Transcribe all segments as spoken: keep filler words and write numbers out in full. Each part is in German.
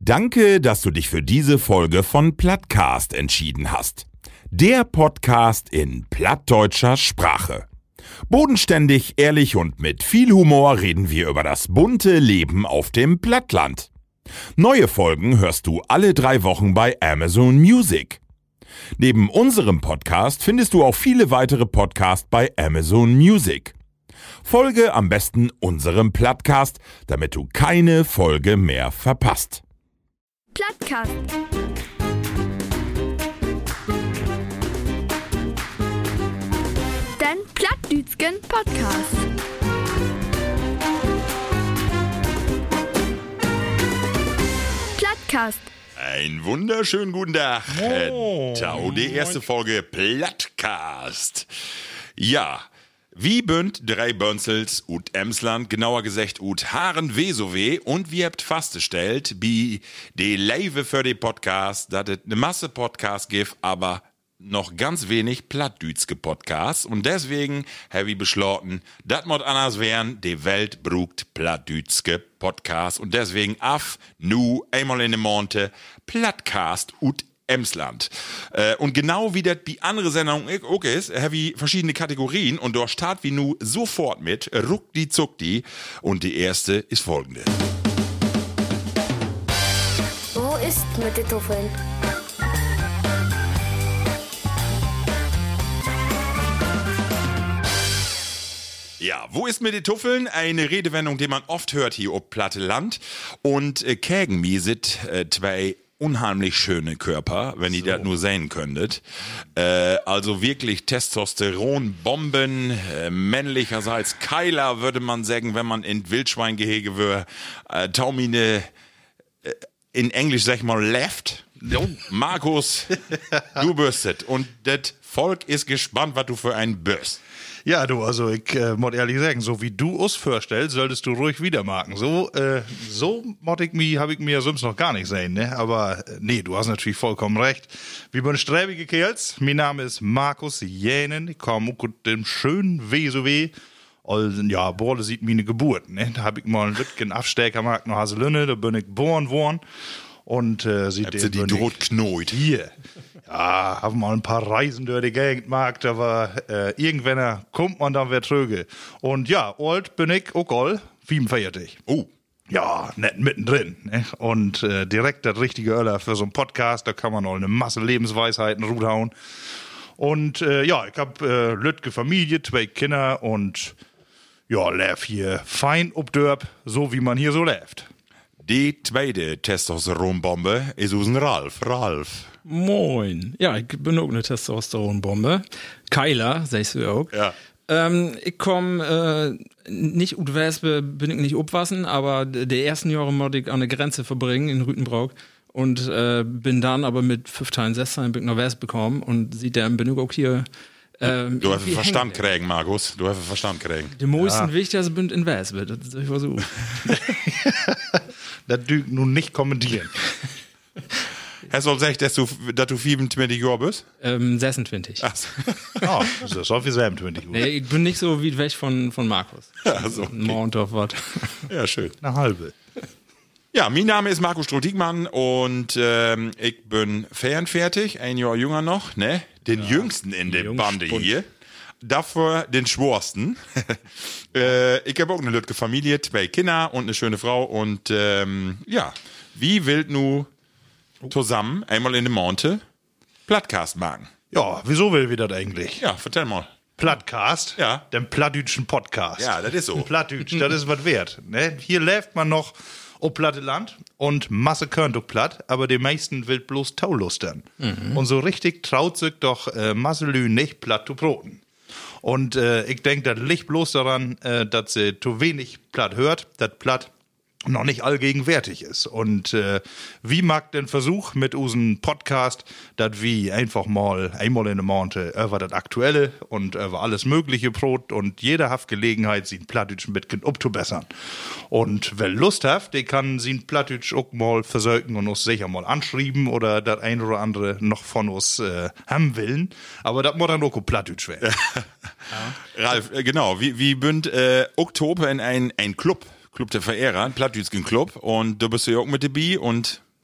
Danke, dass du dich für diese Folge von Plattcast entschieden hast. Der Podcast in plattdeutscher Sprache. Bodenständig, ehrlich und mit viel Humor reden wir über das bunte Leben auf dem Plattland. Neue Folgen hörst du alle drei Wochen bei Amazon Music. Neben unserem Podcast findest du auch viele weitere Podcasts bei Amazon Music. Folge am besten unserem Plattcast, damit du keine Folge mehr verpasst. Plattcast. Den Plattdütschen Podcast. Plattcast. Ein wunderschönen guten Tag. Oh. Tau, die erste Folge Plattcast. Ja, wie bünd drei Bönzels ut Emsland, genauer gesagt ut Haaren Wesowe, und wir habt festgestellt, wie die Leive für die Podcast, dass es eine Masse Podcasts gibt, aber noch ganz wenig plattdütske Podcasts, und deswegen habe ich beschlossen, das muss anders werden, die Welt brugt plattdütske Podcasts, und deswegen af, nu, einmal in den Monte, Plattcast ut Emsland. Äh, und genau wie das bei andere Sendungen auch ist, habe ich verschiedene Kategorien, und dort starten wir nu sofort mit Ruckdi Zuckdi, und die erste ist folgende. Wo ist mit den Tuffeln? Ja, wo ist mit den Tuffeln? Eine Redewendung, die man oft hört hier ob Platteland. Und äh, kägen mir sind äh, zwei unheimlich schöne Körper, wenn ihr das nur sehen könntet. Äh, also wirklich Testosteronbomben, äh, männlicherseits Keiler, würde man sagen, wenn man in Wildschweingehege wäre. Äh, Taumine, äh, in Englisch sag ich mal left. Markus, du bürstet. Und das Volk ist gespannt, was du für ein bist. Ja, du, also ich äh, muss ehrlich sagen, so wie du uns vorstellst, solltest du ruhig wieder machen. So, äh, so mod ich mich, habe ich mir sonst noch gar nicht sehen, ne? Aber äh, nee, du hast natürlich vollkommen recht. Wir sind sträbige Kerls. Mein Name ist Markus Jänen. Ich komme aus dem schönen Wesowe. Also, ja, Borle sieht meine Geburt, ne? Da habe ich mal einen Lütgen Absteckermarkt nach Haselünne, da bin ich geboren worden. Und äh, sieht Habt ihr die Droht knoit? Hier. Ja, haben mal ein paar Reisen durch die Gegend gemacht, aber äh, irgendwann kommt man dann wieder tröge. Und ja, alt bin ich auch all, fünfundvierzig. Oh. Ja, nicht mittendrin. Ne? Und äh, direkt das richtige Öller für so einen Podcast, da kann man auch eine Masse Lebensweisheiten ruthauen. Und äh, ja, ich hab äh, Lütge Familie, zwei Kinder und ja, lef hier fein obdörp, so wie man hier so läuft. Die zweite Testosteronbombe ist unser Ralf. Ralf. Moin. Ja, ich bin auch eine Testosteronbombe. Keiler, sagst du auch. Ja. Ähm, ich komme äh, nicht ut Wespe, bin ich nicht obwassen, aber die ersten Jahre musste ich an der Grenze verbringen in Rütenbrock. Und äh, bin dann aber mit fünfzehn, sechzehn bin ich nach West bekommen, und sieht der bin ich auch hier. Ähm, Du hast Verstand kriegen, Markus. Du hast Verstand kriegen. Die meisten ja. Wichtiger sind in Wespe, das ist einfach so. Das dürft nun nicht kommentieren. Hast du gesagt, dass du, dass du fünfundzwanzig Jahre bist? Ähm, sechsundzwanzig. Ach so. Oh, das ist so wie siebenundzwanzig Uhr. Nee, ich bin nicht so weit weg von, von Markus. Ja, so, okay. Mount of what. Ja, schön. Eine halbe. Ja, mein Name ist Markus Stroh-Diekmann, und ähm, ich bin fernfertig, ein Jahr jünger noch, ne? Den ja, jüngsten in der Bande hier. Dafür den schworsten. äh, ich habe auch eine lütge Familie, zwei Kinder und eine schöne Frau, und ähm, ja, wie wild nu zusammen einmal in der Monte Plattcast machen? Ja, wieso will wir das eigentlich? Ja, vertell mal. Plattcast? Ja. Den plattdütschen Podcast. Ja, das ist so. Plattdütsch, das ist was wert. Ne? Hier läuft man noch ob Platteland und Masse könnt auch platt, aber die meisten will bloß Taulustern. Mhm. Und so richtig traut sich doch äh, Masselü nicht platt zu broten. Und äh, ich denke, das liegt bloß daran, äh, dass sie zu wenig platt hört, das platt noch nicht allgegenwärtig ist. Und äh, wie mag den Versuch mit unserem Podcast, dass wir einfach mal einmal in der Monate über das Aktuelle und über alles Mögliche Brot, und jeder hat Gelegenheit, sie ein Plattdeutsch ein bisschen abzubessern. Und wer Lust hat, der kann sie ein Plattdeutsch auch mal versöken und uns sicher mal anschreiben oder das ein oder andere noch von uns äh, haben willen. Aber das muss dann auch Plattdeutsch werden. Ja. Ralf, äh, genau, wie, wie bünd äh, Oktober in ein, ein Club Club der Verehrer, ein Plattdütschen Club, und da bist du ja auch mit dabei, und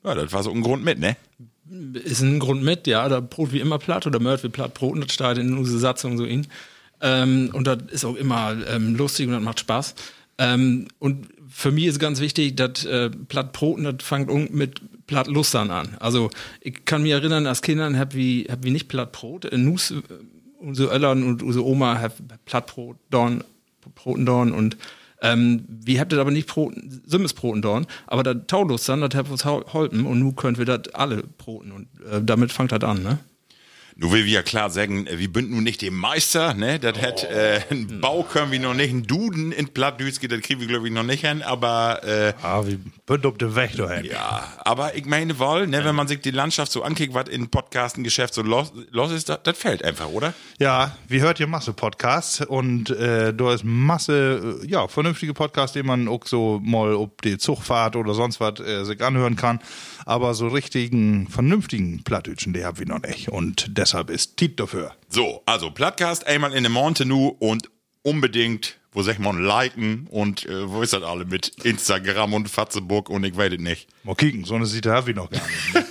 Ja, das war so ein Grund mit, ne? Ist ein Grund mit, ja, da Brot wie immer platt oder Mörd wie platt Brot, und das steht in unserer Satzung so in. Ähm, und das ist auch immer ähm, lustig und das macht Spaß. Ähm, und für mich ist ganz wichtig, dass äh, platt Brot, das fängt mit platt Lustern an. Also ich kann mich erinnern, als Kindern hab wie, hab wie nicht platt Brot, äh, Nus, äh, unsere Eltern und unsere Oma hab platt Brot, Dorn, Broten Dorn und Ähm, wir habt das aber nicht Simmesbroten dorn, aber das Taulustern, das hat uns geholfen und nun können wir das alle broten und äh, damit fängt das an, ne? Nun will wir ja klar sagen, wir bünden nun nicht den Meister, ne? Das oh. hat äh, einen Bau können wir noch nicht, einen Duden in Plattdütski, das kriegen wir glaube ich noch nicht hin, aber äh, ah, wir bünden auf den Weg dahin. Ja, aber ich meine wohl, ne, wenn man sich die Landschaft so ankickt, was in Podcasten-Geschäft so los, los ist, das, das fällt einfach, oder? Ja, wir hört hier Masse Podcasts und äh, da ist Masse, äh, ja, vernünftige Podcasts, die man auch so mal ob die Zugfahrt oder sonst was äh, sich anhören kann, aber so richtigen, vernünftigen Plattdütschen, die haben wir noch nicht und deshalb ist Tiet dafür. So, also Plattcast einmal in der Monte nu und unbedingt, wo sag ich mal, liken und äh, wo ist das alle mit Instagram und Facebook und ich weiß es nicht. Mal kicken, so eine Seite haben wir noch gar nicht. Ne?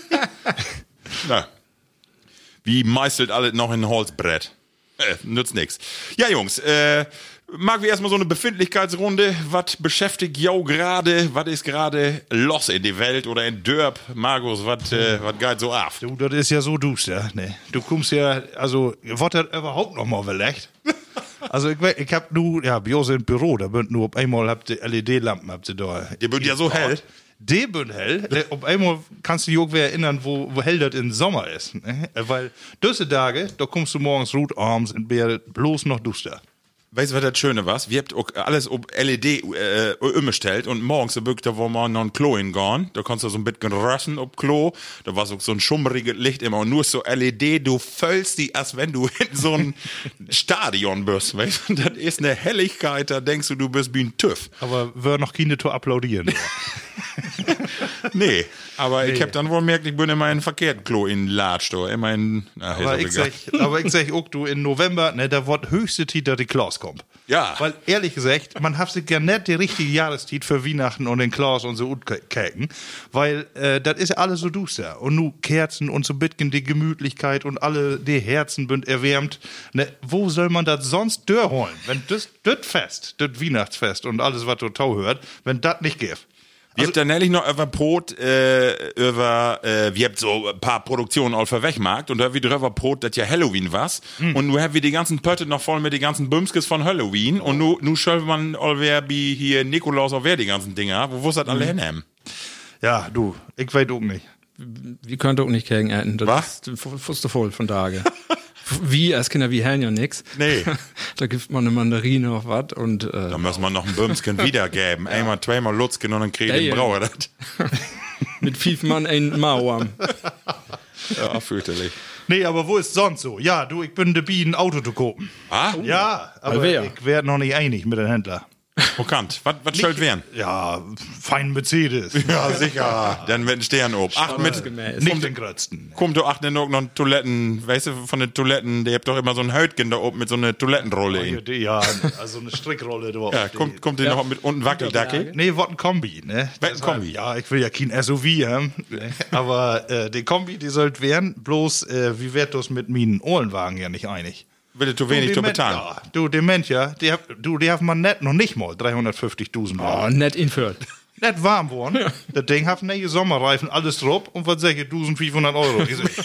Na, wie meißelt alles noch in ein Holzbrett? Äh, nützt nix. Ja, Jungs, äh, mag wir erstmal so eine Befindlichkeitsrunde. Was beschäftigt jou gerade? Was ist gerade los in die Welt oder in Dörp? Markus, was äh, geht so ab? Du, das ist ja so duster, ne? Du kommst ja, also, wird das überhaupt noch mal überlegt? Also, ich, ich hab nur, ja, bei uns im Büro, da bünd nur, auf einmal habt ihr L E D-Lampen, habt ihr da. Die bünd ja so hell. Die bünd hell. Auf einmal kannst du dich auch wieder erinnern, wo, wo hell das im Sommer ist. Ne? Weil, diese Tage, da kommst du morgens rot abends und wär bloß noch duster. Weißt du, was das Schöne war? Wir habt auch alles auf L E D äh, umgestellt und morgens, da bück, da wo man noch ein Klo hingehen, da kannst du so ein bisschen rösten auf Klo, da war so, so ein schummriges Licht immer und nur so L E D, du füllst die, als wenn du in so ein Stadion bist, weißt du, das ist eine Helligkeit, da denkst du, du bist wie ein TÜV. Aber wir noch keine Tour applaudieren. Nee, aber nee. Ich hab dann wohl gemerkt, ich bin immer in verkehrten Klo in Latsch, da, immer in, ach, aber, ich sag, aber ich sag auch, du, in November, ne, da wird höchste Zeit, dass die Klaus kommt. Ja. Weil, ehrlich gesagt, man hat sich ja nicht die richtige Jahreszeit für Weihnachten und den Klaus und so käken, weil, äh, das ist ja alles so duster. Und nu Kerzen und so bitgen die Gemütlichkeit und alle die Herzen bünd erwärmt. Ne, wo soll man das sonst dörholen? Wenn das, das Fest, das Weihnachtsfest und alles, was du tau hört, wenn das nicht gibt. Wir also, habt dann nämlich noch über Brot, äh, über, äh, wir habt so ein paar Produktionen auf der Wegmarkt und da wie drüber Brot, das ja Halloween was. Mm. Und nu haben wir die ganzen Pötte noch voll mit den ganzen Bümskes von Halloween. Und nu, nu schölft man allwer wie hier Nikolaus auch wer die ganzen Dinger. Wo wusstet alle mm. hinnehmen? Ja, du, ich weiß auch nicht. Wir können auch nicht gegen enden. Was? Das ist voll von Tage. Wie, als Kinder, wie hellen ja nix. Nee. Da gibt man eine Mandarine auf was und, äh. Da muss man noch ein Bömsken wiedergeben. Ja. Einmal, zweimal Lutzken und dann kriegt den Brauer das. Mit fünf Mann ein Mauern. Ja, fürchterlich. Nee, aber wo ist sonst so? Ja, du, ich bin dabei, ein Auto zu kaufen. Ah? Ja, aber ich werde noch nicht einig mit dem Händler. Bekannt. Was, was soll werden? Ja, fein Mercedes. Ja, sicher. Dann wird ein Stern oben. Acht mit, nicht den größten. Kommt du acht noch noch Toiletten, weißt du, von den Toiletten, der habt doch immer so ein Häutchen da oben mit so einer Toilettenrolle. Oh, ja, also eine Strickrolle. Da ja, kommt, kommt die ja. noch mit unten Wackeldackel? Nee, was ein Kombi, ne? Was ein Kombi? Ja, ich will ja kein S U V haben. Aber äh, die Kombi, die sollte werden, bloß, äh, wie wird das mit meinen Ohrenwagen ja nicht einig? Will du wenig zu bezahlen? Ja, du, Dement, ja, die hab, du, die haben man net, noch nicht mal dreihundertfünfzigtausend. Oh, net inführt. Net warm worden. Ja. Das Ding hat neue Sommerreifen, alles drauf und was sag ich, eintausendfünfhundert Euro.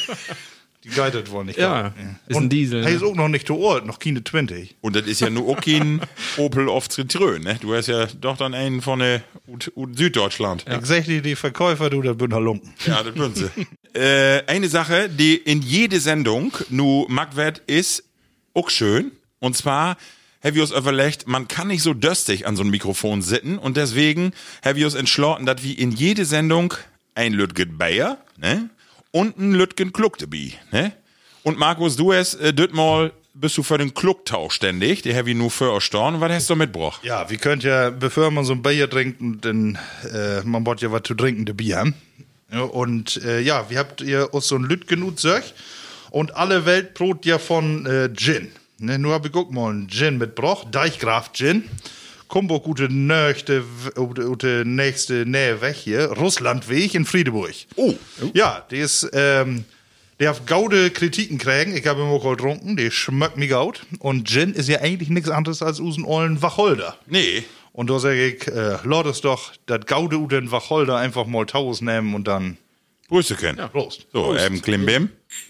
Die geitet wohl nicht. Ja, ja. Ist ein Diesel. Er ist auch noch nicht zu alt, noch keine zwanzig. Und das ist ja nur auch kein Opel auf Zitrön, ne? Du hast ja doch dann einen von der Süddeutschland. Ja. Ich sag dir, die Verkäufer, du, der Bündner Lumpen. Ja, das bünden sie. äh, eine Sache, die in jede Sendung nur mag wird, ist auch schön. Und zwar habe ich uns überlegt, man kann nicht so döstig an so einem Mikrofon sitzen und deswegen habe ich uns entschlossen, dass wir in jede Sendung ein Lütgen Bayer, ne? Und ein Lütgen Kluck dabei, ne? Und Markus, du hast äh, das mal, bist du für den Klucktauch ständig, der habe ich nur für euch storn. Was hast du mitgebracht? Ja, wir könnt ja, bevor man so ein Bier trinkt, dann, äh, man braucht ja was zu trinken, der Bier haben. Ja, und äh, ja, wie habt ihr uns so ein Lütgen Utzeug? Und alle Welt brot ja von äh, Gin. Ne, nur hab ich guck mal, ein Gin mit Broch, Deichgraf Gin. komme auch gute nächste, gute nächste Nähe weg hier. Russlandweg in Friedeburg. Oh. Ja, der ist, ähm, der hat gaude Kritiken kriegen. Ich habe ihn auch getrunken. Der schmeckt mir gaut. Und Gin ist ja eigentlich nichts anderes als usen ollen Wacholder. Nee. Und da sage ich, äh, lass es doch das gaude u den Wacholder einfach mal taus nehmen und dann Grüße können. Ja. Prost. So, eben Klimbim.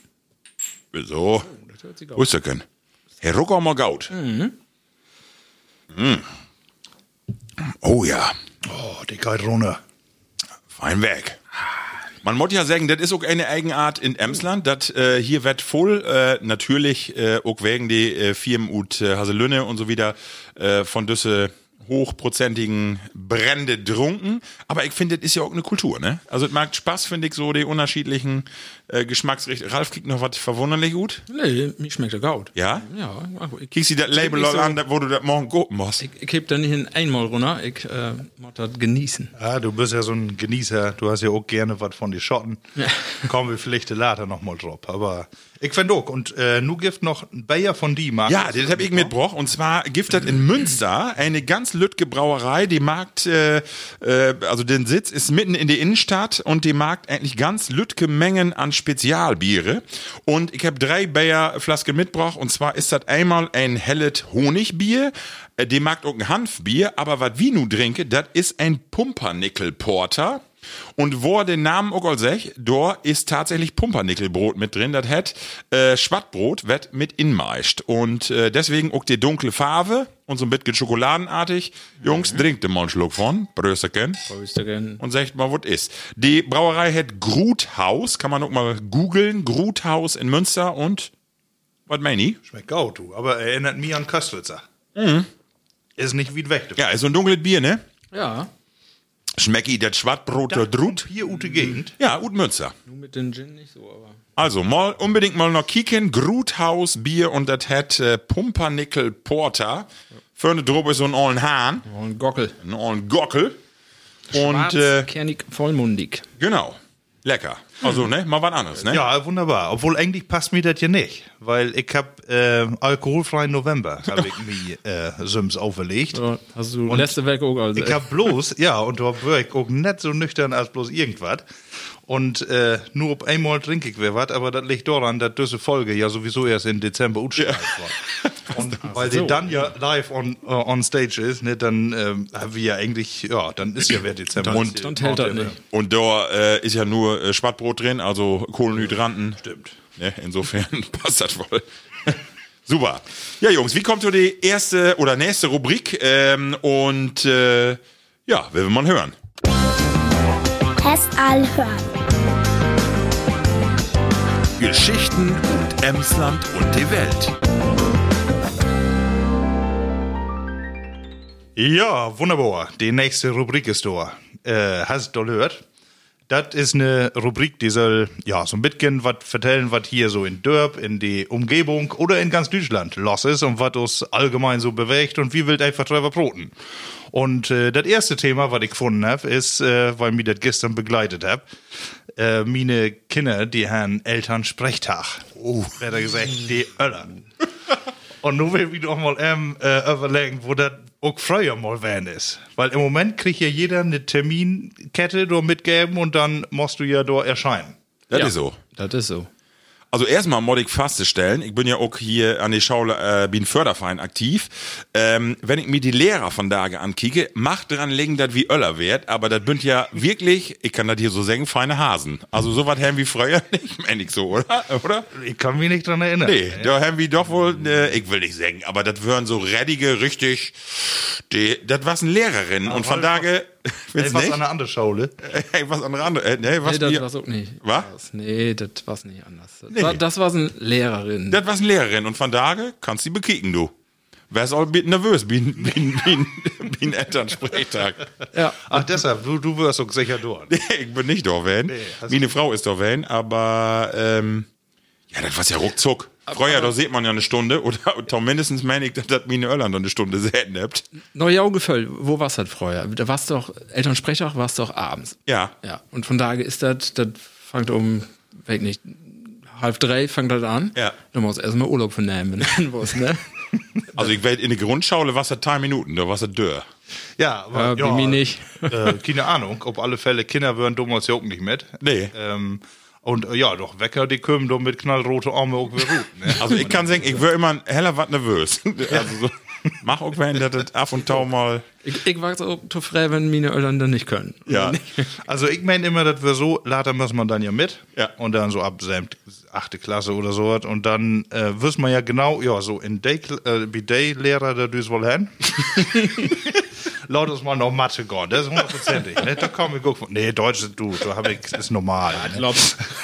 So. Grüße können. Herr Rucker mal gaut. Mhm. Mm. Oh ja. Oh, die geht runter. Fein weg. Man muss ja sagen, das ist auch eine Eigenart in Emsland, das äh, hier wird voll, äh, natürlich äh, auch wegen die äh, Firmen und äh, Haselünne und so wieder äh, von düsse hochprozentigen Brände drunken. Aber ich finde, das ist ja auch eine Kultur, ne? Also es macht Spaß, finde ich, so die unterschiedlichen äh, Geschmacksrichtungen. Ralf kriegt noch was verwunderlich gut. Nee, mir schmeckt der Gaut. Ja? Ja, ich, Kriegst du das Label nicht so- an, wo du das morgen gucken musst? ich, ich heb da nicht in einmal runter, ich äh, muss das genießen. Ja, du bist ja so ein Genießer. Du hast ja auch gerne was von die Schotten. Ja. Kommen wir vielleicht later noch mal drauf. Aber ich finde auch. Und äh, nu gibt noch ein Bayer von die, Markus. Ja, das habe ich mitgebracht. Und zwar gibt es in Münster eine ganz lütge Brauerei, die mag, äh, äh, also den Sitz ist mitten in der Innenstadt und die mag eigentlich ganz lütge Mengen an Spezialbiere. Und ich habe drei Bayer-Flasken mitgebracht. Und zwar ist das einmal ein helles Honigbier, äh, die mag auch ein Hanfbier, aber was wir nu trinken, das ist ein Pumpernickel-Porter. Und wo er den Namen auch sech, da ist tatsächlich Pumpernickelbrot mit drin. Das hat äh, Schwattbrot, wird mit inmeischt. Und äh, deswegen auch die dunkle Farbe und so ein bisschen schokoladenartig. Jungs, trinkt mal einen Schluck von. Brösterken. Grüße. Und sagt mal, was ist. Die Brauerei hat Gruthaus, kann man auch mal googeln. Gruthaus in Münster und, was meine ich? Schmeckt gaut, du. Aber erinnert mich an Köstritzer. Mhm. Ist nicht wie weg. Ja, ist so ein dunkles Bier, ne? Ja, Schmecki, das Schwattbrot der Drut. Hier ute Gegend. Ja, und Münster. nur mit den Gin nicht so, aber... Also, mal unbedingt mal noch kicken. Gruthaus Bier und das hat äh, Pumpernickel Porter. Für eine Drobe so einen ollen Hahn, Oh, ein Gockel. einen ollen Gockel. Schwarz, Und, äh, kernig, vollmundig. genau. Lecker. Also, ne, mal was anderes, ne? Ja, wunderbar. Obwohl eigentlich passt mir das ja nicht. Weil ich hab äh, alkoholfreien November, habe ich mir äh, Sims auferlegt. So, hast du letzte Woche auch also. Ich hab bloß, ja, und da war ich auch nicht so nüchtern als bloß irgendwas. Und äh, nur ob einmal trinke ich wer was, aber das liegt daran, dass diese Folge ja sowieso erst im Dezember ausgestrahlt war. Und weil die dann ja live on, uh, on stage ist, ne, dann ähm, haben wir ja eigentlich, ja, dann ist ja wer Dezember. Und- Und hält das nicht. Und da äh, ist ja nur äh, Schwattbrot drin, also Kohlenhydranten. Stimmt. Ne, insofern passt das wohl. Super. Ja, Jungs, wie kommt so die erste oder nächste Rubrik? Ähm, und äh, ja, will man hören. Test all hören. Geschichten und Emsland und die Welt. Ja, wunderbar. Die nächste Rubrik ist da. Äh, hast du gehört? Das ist eine Rubrik, die soll ja so ein bisschen was vertellen, was hier so in Dörp, in die Umgebung oder in ganz Deutschland los ist und was uns allgemein so bewegt und wie wild einfach drüber broten. Und äh, das erste Thema, was ich gefunden habe, ist, äh, weil mir das gestern begleitet habe, äh, meine Kinder, die haben Elternsprechtag. Oh. Besser gesagt, die Öller. Und nun will ich doch mal ähm, äh, überlegen, wo das auch früher mal werden ist. Weil im Moment kriegt ja jeder eine Terminkette da mitgeben und dann musst du ja da erscheinen. Das Ja. ist so. Das ist so. Also erstmal muss ich feststellen, ich bin ja auch hier an der Schule, äh, bin Förderverein aktiv. Ähm, wenn ich mir die Lehrer von da ankicke, macht dran liegen, dass wie Öller wird, aber das bünd ja wirklich, ich kann das hier so sagen, feine Hasen. Also sowas haben wie früher nicht, meine ich so, oder? oder? Ich kann mich nicht dran erinnern. Nee, da haben wir doch wohl, äh, ich will nicht sagen, aber das wären so redige, richtig, die, das war eine Lehrerin und von daher, Ey, findest was nicht? an der anderen Schule. Ey, was andere, andere, äh, nee, was Nee, das wir, war's auch nicht. Was? Das- Nee, das war's nicht anders. Das, Nee. war, das war eine Lehrerin. Das war eine Lehrerin und von daher kannst du die bekicken, du. Wärst auch ein bisschen nervös, wie ein, wie ein, wie ein, wie ein Elternsprechtag. ja. Ach, deshalb, du, du wirst auch sicher dort. Ich bin nicht da, wenn. hast Meine Frau ist da, wenn, aber, ähm, ja, das war ja ruckzuck. Vorher, da sieht man ja eine Stunde, oder, oder mindestens meine ich, dass das meine Irland eine Stunde sehen habt. Neujau gefällt. Wo war's das früher? Da war's doch, Elternsprechtag war's doch abends. Ja. Ja. Und von daher ist das, das fängt um, weiß nicht, halb drei fängt das an. Ja. Du musst erstmal Urlaub vernehmen, wenn du was, ne? Also ich weiß, in der Grundschule war es drei Minuten, da war es dürr. Ja, aber Ja, bei mir nicht. Äh, keine Ahnung, auf alle Fälle, Kinder würden damals ja auch nicht mit. Nee. Ähm, und äh, ja, doch, Wecker, die kommen doch mit knallrote Arme auch wieder gut. Ne? Also ich kann sagen, ich wäre immer heller was nervös. Also so, mach auch wenn das ab und tau mal. Ich, ich war so zufrieden, wenn meine Eltern das nicht können. Ja. Also ich meine immer, dass wir so, later muss man dann ja mit. Ja. Und dann so ab achte Klasse oder so was. Und dann äh, wissen wir ja genau, ja, so in Day, äh, bei Day-Lehrer, da düst wohl hin. Laut uns mal noch Mathe gehen, das ist hundertprozentig. Ne? Da kommen wir gucken. Nee, Deutsch, du, da hab ich, ist normal. Ich Ne? glaube,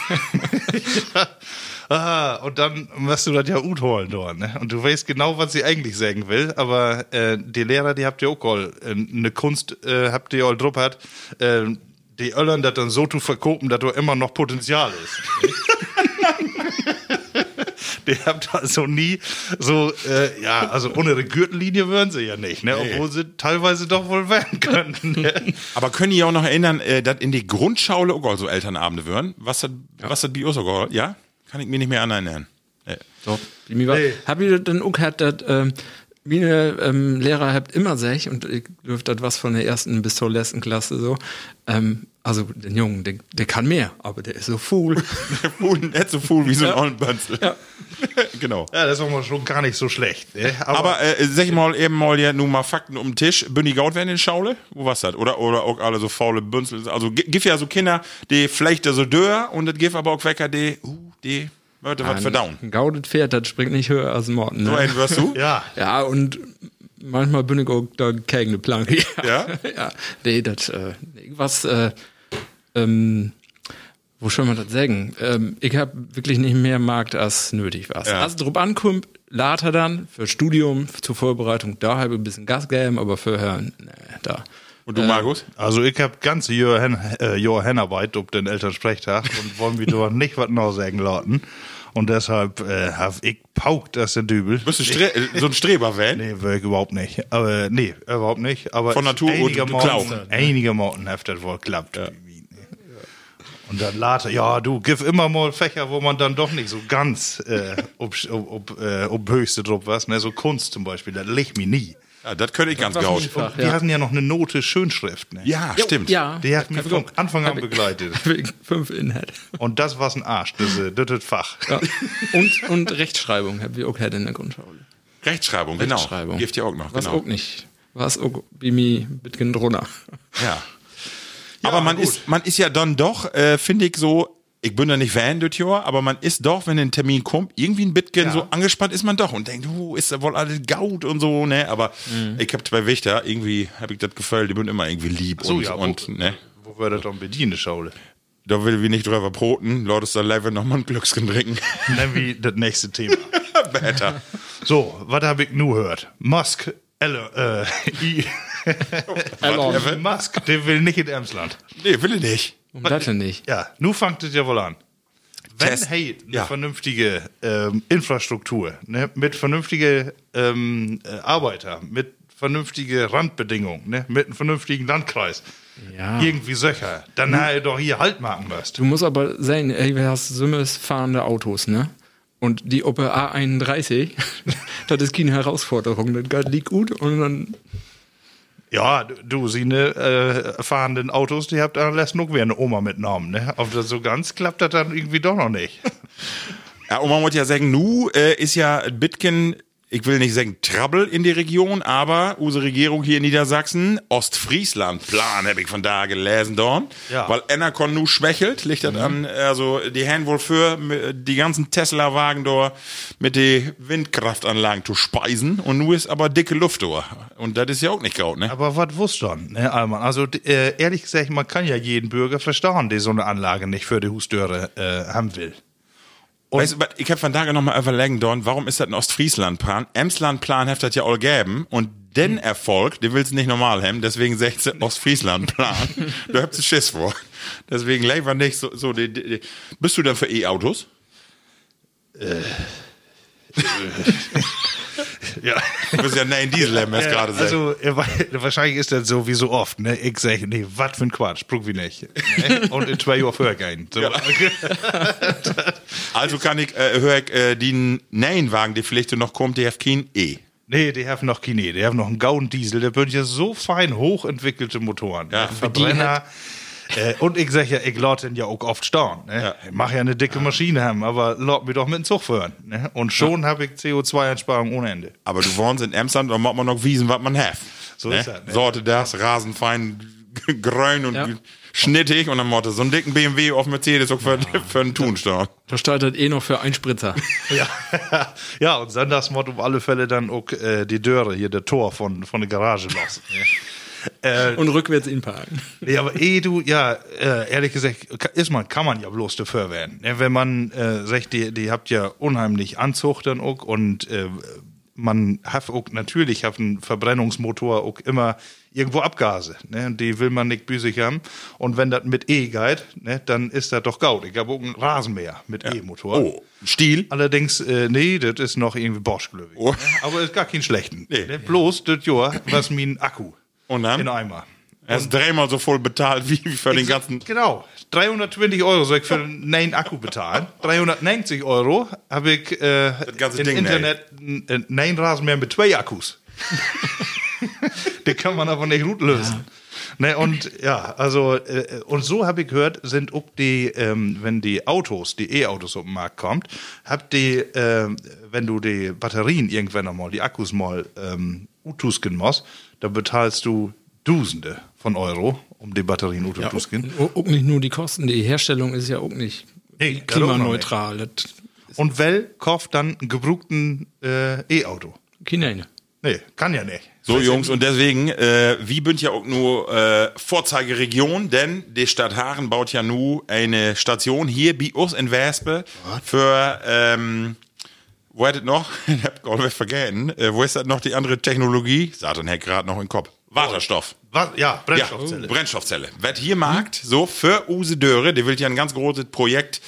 Ah, und dann musst du das ja gut holen dort, ne? Und du weißt genau, was sie eigentlich sagen will, aber äh, die Lehrer, die habt ihr auch all, äh, eine Kunst äh, habt ihr all drauf hat, äh, die Öllern das dann so zu verkopen, dass da immer noch Potenzial ist. Die habt also nie so, äh, ja, also ohne eine Gürtellinie würden sie ja nicht, ne? Nee. Obwohl sie teilweise doch wohl werden könnten. Ne? Aber können die auch noch erinnern, äh, dass in die Grundschule auch so Elternabende wären? Was das, was das bei uns auch gehört? Ja? Kann ich mich nicht mehr an erinnern. Nee. so. Bei mir war, Nee. hab ich dann auch gehabt, dass ähm, meine ähm, Lehrer habt immer sech und ich dürfte das was von der ersten bis zur letzten Klasse so. Ähm, also den Jungen, der, der kann mehr, aber der ist so full. Fuhl, nicht so fuhl wie so ein Ollenbönzel. Ja. Genau. Ja, das ist auch mal schon gar nicht so schlecht. Ne? Aber äh, sag ich mal eben mal ja nun mal Fakten um den Tisch. Bin die gaut werden in der Schaule? Wo war's das? Oder, oder auch alle so faule Bünzel. Also gi- gibt ja so Kinder, die vielleicht so dörr und das gibt aber auch Wecker, die, uh, die Leute was verdauen. Ein gaudet Pferd, das springt nicht höher als ein Morten. So Ne? einen wirst du? ja. Ja, und manchmal bin ich auch da gegen eine Planke. Ja? Ja, nee, das, äh, was, äh, ähm, wo soll man das sagen? Ähm, ich habe wirklich nicht mehr Markt als nötig was. Ja. Als drauf ankommt, later dann, für Studium, zur Vorbereitung, da habe ich ein bisschen Gas gegeben, aber vorher, nee, da. Und du, Markus? Also ich hab ganze Jahr, Hen äh, Jahr Hennarbeit ob den Elternsprechtag und wollen wir doch nicht was noch sagen lauten. Und deshalb äh, hab ich paukt das in Dübel. Bist du Stre äh, so ein Streber-Fan? Nee, wirklich überhaupt nicht. Aber nee, überhaupt nicht. Aber Von Natur und einigermaßen, Klau. einigermaßen hat das wohl klappt. Und dann later, ja, du, gib immer mal Fächer, wo man dann doch nicht so ganz äh, ob, ob, ob, äh, ob höchste drauf was, ne? So Kunst zum Beispiel, das liegt mir nie. Ja, das könnte ich ganz war gaut. nie Fach, Die ja. hatten ja noch eine Note Schönschrift, ne? Ja, stimmt. Ja, Die hat mich von Anfang an Hab ich- begleitet. Wegen fünf Inhalt. Und das war's ein Arsch, das, äh, das ist Fach. Ja. Und, und Rechtschreibung habe ich auch gehabt in der Grundschule. Rechtschreibung, genau. Rechtschreibung. Gibt ja auch noch, Was genau. auch nicht. Was auch bei mir ein bisschen drunter. Ja. Aber man gut. ist, man ist ja dann doch, äh, finde ich so, ich bin da nicht Fan, das Jahr, aber man ist doch, wenn ein Termin kommt, irgendwie ein bisschen Ja. so angespannt ist man doch und denkt, uh, ist da wohl alles gaut und so, ne? Aber ich hab zwei Wächter, irgendwie habe ich das Gefühl, die sind immer irgendwie lieb So, und, ja, wo, und ne? wo wird das dann bedienen, Schaule? Da will wir nicht drüber broten, Leute, ist da live noch mal ein Glücksken trinken. Nennen wir das nächste Thema. Better. So, was habe ich nu gehört? Musk, Elon, äh, I, Elon. Musk, der will nicht in Emsland. Nee, will ich nicht. Um das denn nicht. Ja, nu fangt es ja wohl an. Wenn, Test. hey, eine Ja. vernünftige ähm, Infrastruktur, ne, mit vernünftige ähm, äh, Arbeiter, mit vernünftige Randbedingungen, ne, mit einem vernünftigen Landkreis, Ja. irgendwie Söcher, dann hm. er doch hier Halt machen müsst. Du musst aber sehen, ey, du hast Summes fahrende Autos, ne? Und die Oppe A einunddreißig, das ist keine Herausforderung. Das geht liegt gut und dann. Ja, du, du sie ne äh, fahrenden Autos, die habt an lässt noch wie eine Oma mitgenommen, ne? Ob das so ganz klappt, das dann irgendwie doch noch nicht. Ja, und man muss ja sagen, nu äh, ist ja ein bisschen, ich will nicht sagen Trouble in die Region, aber unsere Regierung hier in Niedersachsen, Ostfriesland-Plan, habe ich von da gelesen, dort. Ja. Weil Enercon nu schwächelt, liegt das an, also die haben wohl für m- die ganzen Tesla-Wagen dort mit den Windkraftanlagen zu speisen und nu ist aber dicke Luft dort. Und das ist ja auch nicht gaut, ne? Aber was wusst dann, ne, Alman? Also d- äh, ehrlich gesagt, man kann ja jeden Bürger verstauen, der so eine Anlage nicht für die Hustüre äh, haben will. Und Weißt du, was, ich hab von da noch mal überlegen, Don, warum ist das ein Ostfriesland-Plan? Emsland-Plan hat das ja all geben und den Erfolg, den willst du nicht normal haben, deswegen sagt sie Ostfriesland-Plan. Du hast Schiss vor. Deswegen lieber nicht so, so die, die, die. Bist du denn für E-Autos? ja. Du bist ja nein Diesel haben, was Ja, gerade sagt. also äh, wa- wahrscheinlich ist das so wie so oft, ne? Ich sage, nee, was für ein Quatsch, prüf wie nicht. Ne? Und in zwei Uhr vorher gehen. So. Also kann ich, äh, hör ich, äh, die Neinwagen, die vielleicht noch kommt, die hat kein E. Nee, die haben noch keine, die haben noch einen Gauden Diesel, der sind ja so fein hochentwickelte Motoren. Ja, Verbrenner. Äh, und ich sag ja, ich lade den ja auch oft stehen. Ne? Ja. Ich mach ja eine dicke Maschine haben, aber lad mich doch mit dem Zug fahren. Ne? Und schon habe ich C O zwei Einsparung ohne Ende. Aber du wohnst in Emsland, da muss man noch wiesen, was man hat. So ne? ist das, ne? Sorte das, rasenfein, grün und Ja. schnittig und dann Motto, so einen dicken B M W auf Mercedes auch für, für einen Tunstern. Da startet eh noch für Einspritzer. Ja, ja, und sonntags muss auf alle Fälle dann auch äh, die Döre, hier der Tor von, von der Garage los. Ne? Äh, Und rückwärts ihn parken. Nee, aber eh du, ja, äh, ehrlich gesagt, ist man, kann man ja bloß dafür werden. Ne? Wenn man äh, sagt, die, die habt ja unheimlich Anzucht dann auch und äh, man hat auch, natürlich hat ein Verbrennungsmotor auch immer irgendwo Abgase. Ne? Und die will man nicht büsig haben. Und wenn das mit E geht, ne, dann ist das doch gaut. Ich habe auch einen Rasenmäher mit E-Motor. Oh, Stiel? Allerdings, äh, nee, das ist noch irgendwie Bosch, glaube ich. Oh. Ne? Aber ist gar kein schlechten. Nee. Ne? Bloß das Jahr, was mein Akku Und dann? in Eimer. Er ist dreimal so voll bezahlt wie für den ganzen. Genau. dreihundertzwanzig Euro soll ich für einen Akku bezahlen. dreihundertneunzig Euro habe ich äh, ganze im Ding, Internet einen Rasenmäher mit zwei Akkus. Den kann man aber nicht gut lösen. Ne, und ja, also, äh, und so habe ich gehört, sind auch die, ähm, wenn die Autos, die E-Autos auf den Markt kommt, habt die, äh, wenn du die Batterien irgendwann einmal, die Akkus mal ähm, utusken musst, dann bezahlst du Dusende von Euro, um die Batterien utusken. Auch, auch nicht nur die Kosten, die Herstellung ist ja auch nicht Nee, klimaneutral. Das Und Well kauft dann einen gebrauchten äh, E-Auto. keine. Nee, kann ja nicht. So, Jungs, und deswegen, äh, wie bünd ja auch nur äh, Vorzeigeregion, denn die Stadt Haaren baut ja nur eine Station hier bei uns in Wespe für, ähm, wo hat es noch? Ich hab gerade vergessen. Äh, wo ist das noch die andere Technologie? Satan, Herr gerade noch im Kopf. Wasserstoff. Was? Ja, Brennstoffzelle. Ja, Brennstoffzelle. Wird hier Markt, so für Use Döre, der will ja ein ganz großes Projekt,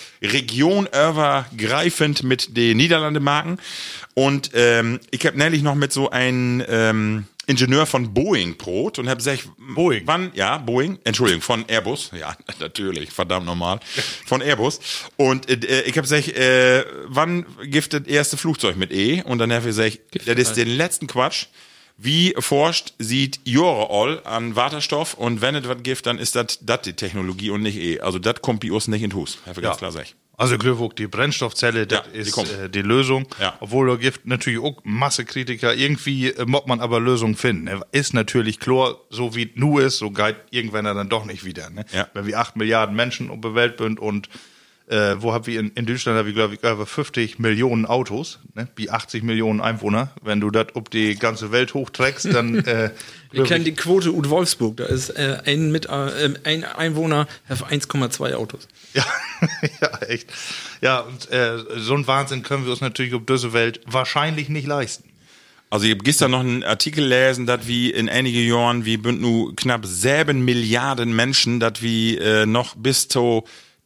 regionübergreifend mit den Niederlande marken. Und ähm, ich habe nämlich noch mit so einem ähm, Ingenieur von Boeing Brot und habe gesagt, Boeing. wann, ja, Boeing, Entschuldigung, von Airbus, ja, natürlich, verdammt normal, von Airbus. Und äh, ich habe gesagt, äh, wann gibt das erste Flugzeug mit E? Und dann habe ich gesagt, das ist den letzten Quatsch. Wie forscht, sieht Jahre all an Wasserstoff und wenn es was gibt, dann ist das die Technologie und nicht E. Also das kommt bei uns nicht in den Hus. Habe ich ganz klar sagen. Also Glückwunsch, die Brennstoffzelle, das Ja, die ist kommt. äh, die Lösung. Ja. Obwohl da gibt natürlich auch Masse Kritiker. Irgendwie äh, muss man aber Lösungen finden. Ne? Ist natürlich klar, so wie es nu ist, so geht irgendwann dann doch nicht wieder. Ne? Ja. Wenn wir acht Milliarden Menschen auf der Welt sind und äh, wo haben wir in, in Deutschland, haben wir glaube ich über fünfzig Millionen Autos, ne? Wie achtzig Millionen Einwohner. Wenn du das ob die ganze Welt hochträgst, dann äh, Wir kennen die Quote ut Wolfsburg. Da ist äh, ein, mit, äh, ein Einwohner auf eins Komma zwei Autos. Ja, ja, echt. Ja, und äh, so ein Wahnsinn können wir uns natürlich auf diese Welt wahrscheinlich nicht leisten. Also ich habe gestern noch einen Artikel lesen, dass wie in einigen Jahren, wie bünd nu knapp sieben Milliarden Menschen, dass wie äh, noch bis zu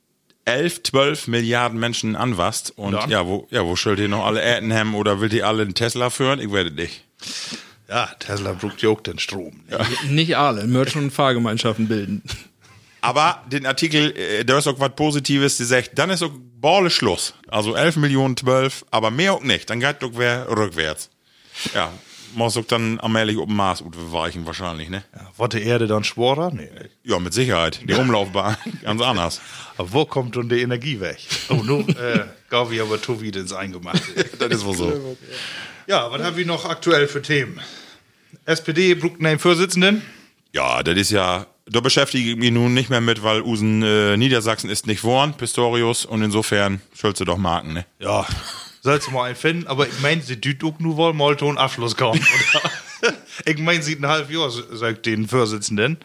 elf, zwölf Milliarden Menschen anwasst. Und Ja. ja, wo, ja, wo schuld ihr noch alle Äten haben oder will die alle einen Tesla führen? Ich werde nicht. Ja, Tesla braucht ja auch den Strom. Ne? Nicht alle, Merch- und Fahrgemeinschaften bilden. Aber den Artikel, äh, da ist auch was Positives, die sagt, dann ist auch Balle Schluss. Also elf Millionen, zwölf, aber mehr auch nicht. Dann geht doch wer rückwärts. Ja, muss auch dann allmählich auf dem Mars weichen wahrscheinlich, ne? Ja, wird die Erde dann schworer? Nee, nee. Ja, mit Sicherheit. Die Umlaufbahn, ganz anders. Aber wo kommt denn die Energie weg? Oh, nun, äh, gau wie aber to wieder ins Eingemachte. Das ist wohl so. Ja, was haben wir noch aktuell für Themen? S P D braucht einen Vorsitzenden. Ja, das ist ja, da beschäftige ich mich nun nicht mehr mit, weil Usen äh, Niedersachsen ist nicht worden, Pistorius, und insofern sollst du doch marken, ne? Ja, sollst du mal einen finden, aber ich meine, sie tut auch nur wohl mal einen Abschluss kaum, oder? Ich meine, sie ein halbes Jahr, sagt den Vorsitzenden.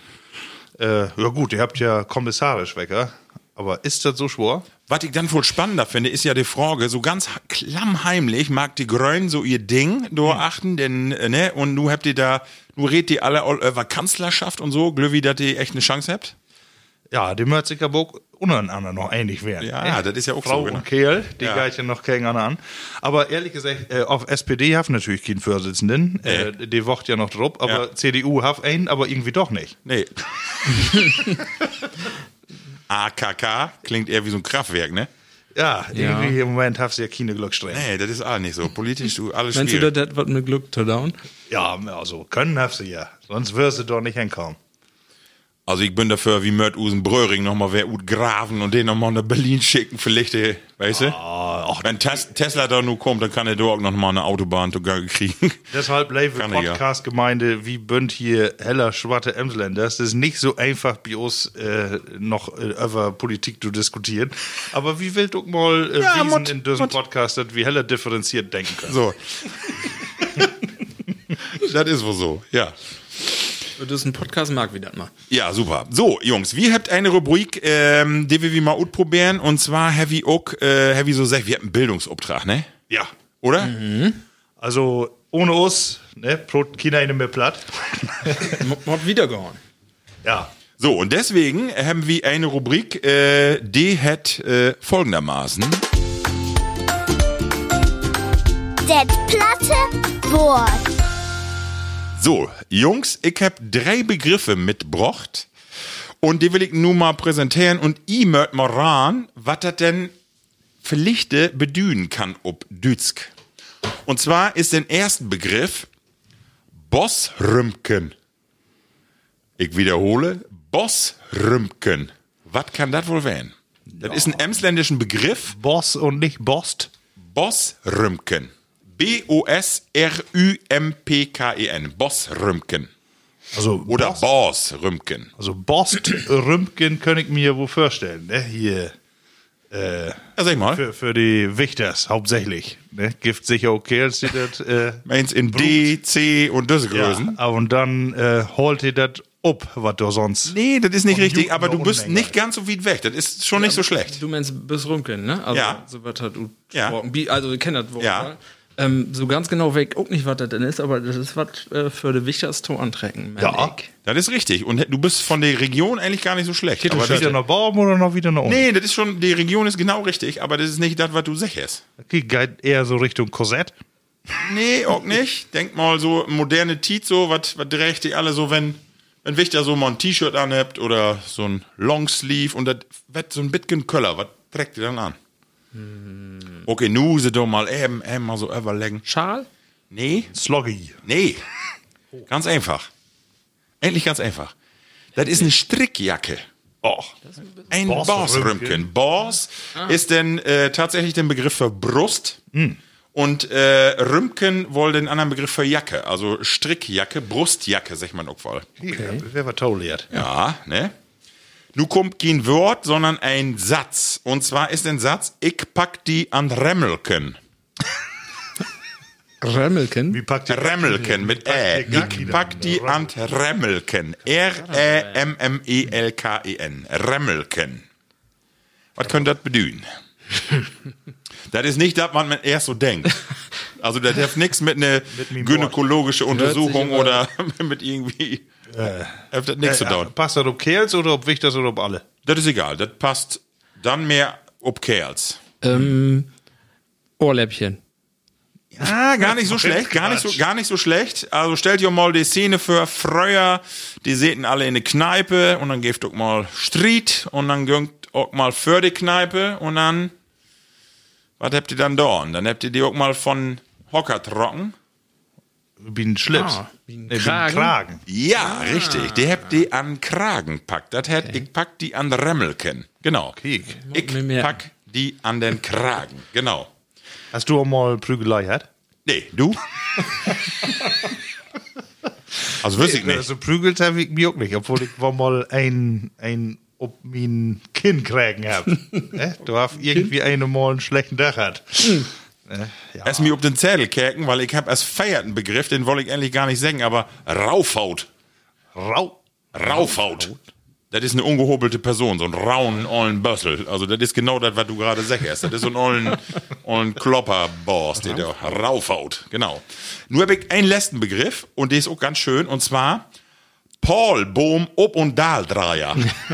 Äh, ja gut, ihr habt ja kommissarisch Wecker, aber ist das so schwer? Was ich dann wohl spannender finde, ist ja die Frage, so ganz klammheimlich mag die Grünen so ihr Ding durchachten, denn, äh, ne, und nu habt ihr da, nu redet ihr alle über Kanzlerschaft und so, glöwi, dass ihr echt eine Chance habt? Ja, die möchte sich aber auch untereinander noch einig werden. Ja, ja, das ist ja auch Frau so, genau. und Kerl, die Ja. geht ja noch keiner an. Aber ehrlich gesagt, äh, auf S P D hat natürlich keinen Vorsitzenden. Äh, die wacht ja noch drauf, aber Ja. C D U hat einen, aber irgendwie doch nicht. Nee. A K K klingt eher wie so ein Kraftwerk, ne? Ja, irgendwie im Moment hast du ja keine Glückssträhne. Nee, das ist auch nicht so. Politisch, du, alles Meinst du, schwierig. das wird mit Glück to down? Ja, also können hast du ja. Sonst wirst du doch nicht hinkommen. Also ich bin dafür, wie Mört Usen Bröhring nochmal wer Ut graven und den nochmal nach Berlin schicken, vielleicht, äh, weißt du? ach, Wenn Tes Tesla da nur kommt, dann kann er da auch nochmal eine Autobahn sogar kriegen. Deshalb lebe Kann ich ja. Podcast-Gemeinde wie Bünd hier heller schwarte Emsländer. Das ist nicht so einfach bei uns äh, noch äh, über Politik zu diskutieren. Aber wie will du mal äh, Ja, wiesen Mott, in diesem Podcast, dass wir heller differenziert denken können? So. Das ist wohl so, ja. Das ist ein Podcast, mag wie das mal. Ja, super. So, Jungs, wir habt eine Rubrik, ähm, die wir wie mal ausprobieren. Und zwar Heavy Oak, äh, Heavy so sagt, wir haben einen Bildungsauftrag, ne? Ja. Oder? Also ohne uns, ne, Brot China in mehr platt. Mod wiedergehauen. Ja. So, und deswegen haben wir eine Rubrik, äh, die hat äh, folgendermaßen. Det platte Wort. So, Jungs, ich hab drei Begriffe mitgebracht und die will ich nun mal präsentieren und ich möcht mal ran, was das denn vielleicht bedühen kann ob Dütsk. Und zwar ist der erste Begriff Bossrümken. Ich wiederhole, Bossrümken. Was kann das wohl werden? Das ist ein emsländischen Begriff. Boss und nicht Bost. Bossrümken. B O S R Ü M P K E N. Bossrümken. Also Oder Boss, Bossrümken. also Bost Rümpken kann ich mir wo vorstellen, ne? Hier äh, Ja, sag mal. für, für die Wichters hauptsächlich, ne? Gift sicher okay, als die das äh, Meins in D, C und diese Größen. ja, und dann äh, holt ihr das ab, was du sonst. Nee, das ist nicht Und richtig, Jugend aber du noch bist Unmenge. nicht ganz so weit weg. Das ist schon nicht so schlecht. Du meinst bis Rumken, ne? Also, Ja. so was hat du Ja. gesprochen. Bi- Also, ich kenne das Wort. Ja. Ja. Ähm, so ganz genau weg auch nicht, was das denn ist, aber das ist was äh, für die wichtigste antrecken. Ja. Das ist richtig. Und du bist von der Region eigentlich gar nicht so schlecht. Aber Aber das, wieder noch Baum oder noch wieder noch unten? nee, das ist schon, die Region ist genau richtig, aber das ist nicht das, was du sagst. Okay, geht eher so Richtung Korsett. Nee, auch nicht. Denk mal so moderne Tiet so, was trägt die alle so, wenn, wenn Wichter so mal ein T-Shirt anhabt oder so ein Longsleeve und das wird so ein bisschen Köller, was trägt die dann an? Okay, nu sie doch mal eben, eben mal so überlegen. Schal? Nee, Sloggy. nee. Ganz einfach. Endlich ganz einfach. Das ist eine Strickjacke. Oh. Ein Bossrümken. Boss ist denn äh, tatsächlich der Begriff für Brust. Und äh, Rümken wohl den anderen Begriff für Jacke. Also Strickjacke, Brustjacke, sagt man auch wohl. Okay. Wer war toll jetzt? Ja, ne? Nu kommt kein Wort, sondern ein Satz. Und zwar ist ein Satz, ich pack die an Remmelken. Remmelken? Wie packt ihr Remmelken mit Ä. Ich pack die an Remmelken. R E M M E L K E N. Remmelken. Was könnte das bedeuten? Das ist nicht das, was man erst so denkt. Also das hat nichts mit einer meinem gynäkologische Untersuchung sich oder mit irgendwie... Hat das nichts zu Äh, tun. passt das ob Kerls oder ob Wichters oder ob alle? Das ist egal. Das passt dann mehr ob Kerls. Ähm, Ohrläppchen. Ah, gar nicht so schlecht, gar nicht so, gar nicht so schlecht. Also stellt ihr mal die Szene für Freuer, die säten alle in eine Kneipe und dann gebt auch mal Street und dann gönnt auch mal für die Kneipe und dann, was habt ihr dann da? Und dann habt ihr die auch mal von Hocker trocken. Wie ein Schlips. Ah, wie ein Nee, Kragen. Kragen. Ja, richtig. Die habt die an Kragen packt. Das hat, ich pack die an Remmelken. Genau. Kiek. Ich Mir merken. pack die an den Kragen. Genau. Hast du auch mal Prügelei gehabt? Nee, du? Also wüsste ich nicht. Also prügelt habe ich mich auch nicht, obwohl ich war mal ein, ein ob mein Kinn kriegen hab. Ne? Du hast irgendwie eine mal einen schlechten Tag hat. Ne? Ja. Erst mir auf den Zettel kerken, weil ich hab als feierten Begriff, den wollte ich eigentlich gar nicht sagen, aber Raufhaut. Rau. Raufhaut. Das ist eine ungehobelte Person, so ein rauen, ollen Bössel. Also das ist genau das, was du gerade sagst. Das ist so ein ollen, ollen Klopperboss, der da. Raufhaut, genau. Nur hab ich einen letzten Begriff und der ist auch ganz schön, und zwar Paul Bohm Ob- und Daldreier.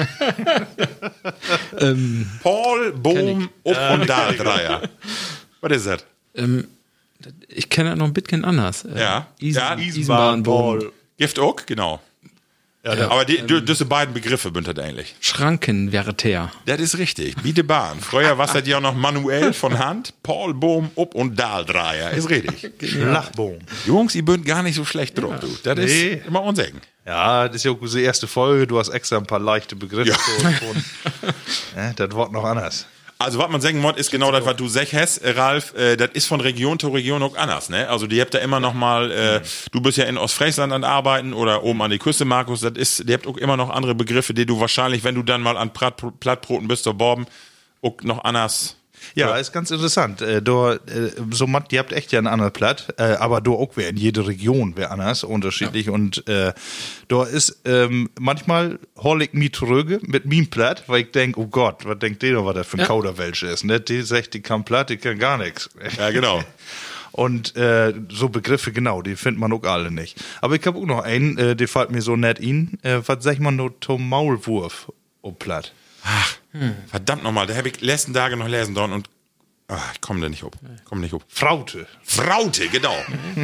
Ähm, Paul Bohm Ob- und Daldreier. Was ist das? ähm, ich kenne das noch ein bisschen anders. Äh, Ja. Isen, Ja, Eisenbahnbogen. Paul. Gift auch, genau. Ja, aber die, ähm, diese beiden Begriffe bünd das eigentlich. Schrankenwärter. Das ist richtig. Biete Bahn. Früher war das ja noch manuell von Hand. Paul Bohm, Up- und Dahldreier. Ist richtig. Flachbohm. Jungs, ihr bünd gar nicht so schlecht drauf, du. Das Nee. ist immer unsägen. Ja, das ist ja auch unsere erste Folge. Du hast extra ein paar leichte Begriffe. Ja. gefunden. Ja, das Wort noch anders. Also, was man sagen muss, ist genau das, was du sech hast, äh, Ralf. Äh, das ist von Region zu Region auch anders, ne? Also, die habt da immer noch mal, äh, du bist ja in Ostfriesland an Arbeiten oder oben an die Küste, Markus. Das ist, die habt auch immer noch andere Begriffe, die du wahrscheinlich, wenn du dann mal an Platt, Plattbroten bist, oder Borben, auch noch anders. Ja, ja, ist ganz interessant. Äh, da, äh, so mat, ihr habt echt ja ein anderes Platt, äh, aber da auch wär in jede Region wär anders, unterschiedlich. Ja. Und äh, da ist ähm, manchmal hol ich mich zurück mit meinem Platt, weil ich denk, oh Gott, was denkt der noch, was das für ein ja. Kauderwelsch ist? Ne? Die sagt, die kann Platt, die kann gar nichts. Ja, genau. Und äh, so Begriffe, genau, die findet man auch alle nicht. Aber ich habe auch noch einen, äh, der fällt mir so nett in. Äh, was sagt man nur zum Maulwurf, oh Platt? Ach, hm. verdammt nochmal, da habe ich letzten Tage noch lesen dort und ach, ich komme da nicht hoch. Komm nicht hoch. Fraute. Fraute, genau.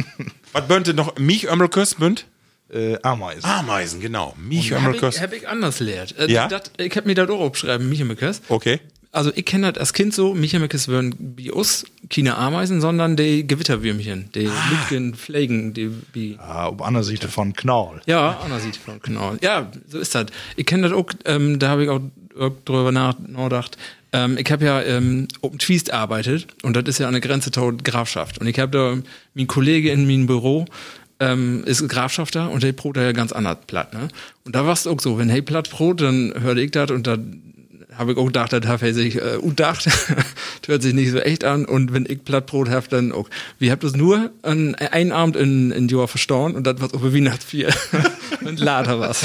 Was bönte noch? Miechömmelkös bünd? Äh, Ameisen. Ameisen, genau. Hab Miechömmelkös. ich, hab ich anders lehrt. Äh, Ja? Dat, ich hab mir das auch aufgeschrieben, Michemekes. Okay. Also ich kenne das als Kind so, Michemekes wären wie uns keine Ameisen, sondern die Gewitterwürmchen, die Ah. Lütgen, Pflegen, die wie... Ah, auf anderer Seite von Knall. Ja, anders sieht von genau. Ja, so ist das. Ich kenne das auch, ähm, da habe ich auch drüber nach- nachgedacht. Ähm, ich habe ja ähm, Open Twist arbeitet und das ist ja an der Grenze zur Grafschaft. Und ich habe da mein Kollege in meinem Büro, ähm, ist Grafschafter und der Brot ja ganz anders platt, ne? Und da war es auch so, wenn hey platt Brot, dann hörte ich das und dann habe ich auch gedacht, das hat er sich äh, gedacht. Das hört sich nicht so echt an. Und wenn ich Plattbrot habe, dann auch. Wir habt das nur an einen Abend in, in Joa verstorben und das war über Weihnachtsbier. Und later was.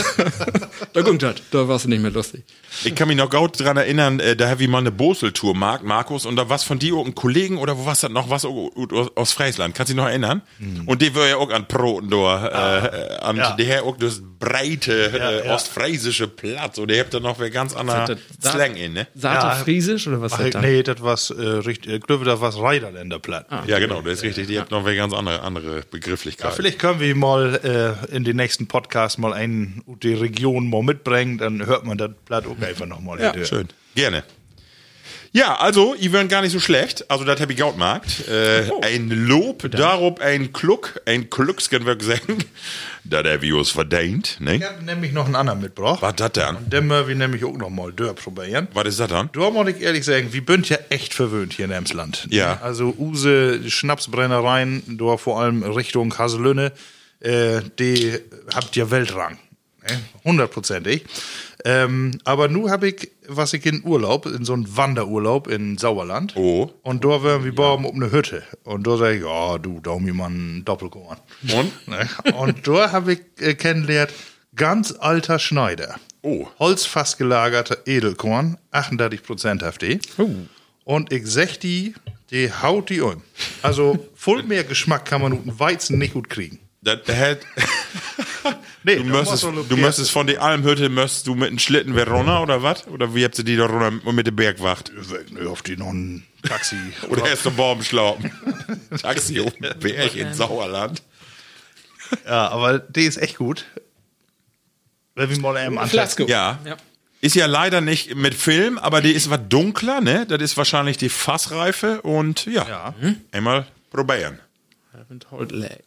Da ging das. Da war es nicht mehr lustig. Ich kann mich noch gut dran erinnern, äh, da habe ich mal eine Boseltour, Marc, Markus, und da was von dir auch ein Kollegen oder wo was das noch was aus, aus Friesland. Kannst du dich noch erinnern? Mhm. Und die war ja auch an Broten da, äh, an Ja. die her auch das breite Ja, äh, ja. ostfriesische Platz. Und ihr habt da noch wer ganz anderer das- Slang in, ne? Sater Ja. Friesisch oder was Ach, ist das? nee, das war's, äh, richtig, ich glaube, das war's Rheinländer Platt. Ja, genau, das ist richtig. Die habt noch wer ganz andere, andere Begrifflichkeit. Ja, vielleicht können wir mal äh, in den nächsten Podcast mal einen die Region mal mitbringen, dann hört man das Platt auch einfach nochmal. Ja, schön. Gerne. Ja, also, ihr wären gar nicht so schlecht. Also, das hab ich gaut markt. Äh, Oh. Ein Lob, darob ein Kluck, ein Klucksken wir sagen. Da der Virus verdient, ne? Ich habe nämlich noch einen anderen mitgebracht. Was das denn? Und den müssen wir nämlich auch noch mal probieren. Was ist das dann? Da muss ich ehrlich sagen, wir sind ja echt verwöhnt hier in Emsland. Ja. Also Use Schnapsbrennereien, da vor allem Richtung Haselünne, äh, die habt ja Weltrang. Ne? Hundertprozentig. Ähm, aber nu habe ich, was ich in Urlaub, in so einem Wanderurlaub in Sauerland. Oh. Und da waren wir bauen um eine Hütte. Und da sag ich, ja, du, da mir mal einen Doppelkorn. Und? Ne? Und da habe ich äh, kennengelernt, ganz alter Schneider. Oh. Holzfass gelagerter Edelkorn, achtunddreißig Prozent H F D. Oh. Und ich sag die, die haut die um. Also, voll mehr Geschmack kann man mit dem Weizen nicht gut kriegen. Das hätt, Nee, du da müsstest, muss man du müsstest von der Almhütte, müsstest du mit einem Schlitten wer runter oder was? Oder wie habt ihr die da runter mit der Bergwacht? noch auf die noch ein Taxi. Oder erst der Baum schlauben? Taxi auf dem Berg in Sauerland. Ja, aber die ist echt gut. Wenn wir mal eben Flasko. Ja. Ja. Ist ja leider nicht mit Film, aber die ist was dunkler, ne? Das ist wahrscheinlich die Fassreife und ja. Ja. Einmal probieren. Mit Holtlägen.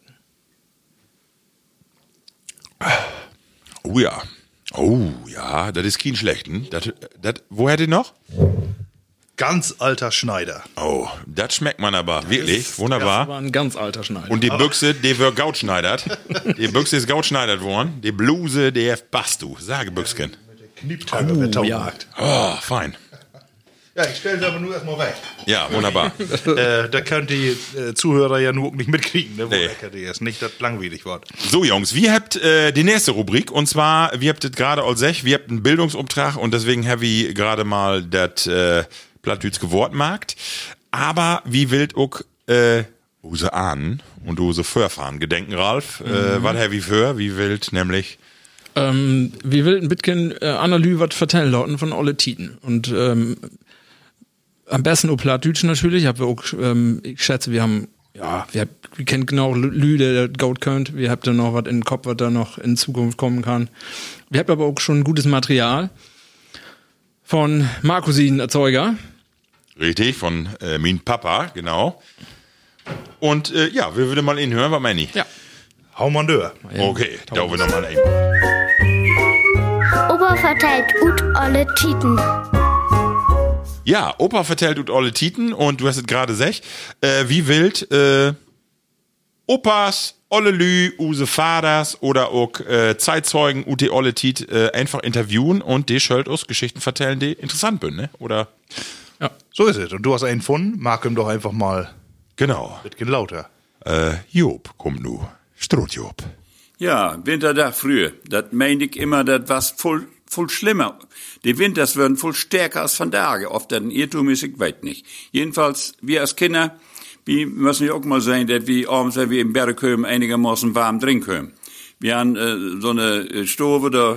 Oh ja. Oh ja, das ist kein schlechten. Das, das, woher die noch? Ganz alter Schneider. Oh, das schmeckt man aber wirklich. Das Wunderbar. war ein ganz alter Schneider. Und die Büchse, die wird gautschneidert. Die Büchse ist gautschneidert worden. Die Bluse, die passt du. Sage Büchsken. Knieptreiber wird ja. taugemacht. Oh, fein. Ja, ich stelle sie aber nur erstmal weg. Ja, wunderbar. äh, da können die äh, Zuhörer ja nur nicht mitkriegen, ne, wo Nee. lecker die ist. Nicht, dass langweilig wird. So, Jungs, wir habt äh, die nächste Rubrik. Und zwar, wir habt es gerade als sech, wir habt einen Bildungsauftrag und deswegen habe ich gerade mal das äh, Plattdütske Wortmarkt. Aber wie wild auch äh, use Ahnen und use Förfahren gedenken, Ralf. Äh, was habe ich für? Wie wild, nämlich. Ähm, wir will ein bisschen äh, Analyse was vertellen lauten von alle Titen. Und ähm, am besten auch Plattdütsch natürlich. Aber auch, ähm, ich schätze, wir haben Ja, wir, wir kennen genau Lü, der das Goat könnt. Wir habt da noch was in den Kopf, was da noch in Zukunft kommen kann. Wir habt aber auch schon gutes Material von Markusin Erzeuger. Richtig, von äh, mein Papa, genau. Und äh, ja, wir würden mal ihn hören, was meine ich? Ja. Hau mal durch. Okay, da wir nochmal ein. Opa verteilt ut alle Titen. Ja, Opa vertellt ut alle Titen und du hast es gerade sech. Äh, wie wild äh, Opas, olle Lü, use Vaders oder auch äh, Zeitzeugen ut die olle Tit äh, einfach interviewen und die schöllt uns Geschichten vertellen, die interessant sind, ne? Oder? Ja, so ist es. Und du hast einen gefunden, mag ihm doch einfach mal. Genau. Das geht lauter. Äh, Job kommt nu. Stroh Job. Ja, Wintertag früher. Das meinte ich immer, das war voll, voll schlimmer. Die Winters werden voll stärker als von Tage. Oft ein Irrtum ist, ich weiß nicht. Jedenfalls, wir als Kinder, wir müssen ja auch mal sehen, dass wir abends, wenn wir im Berg kommen, einigermaßen warm trinken können. Wir haben äh, so eine Stove da,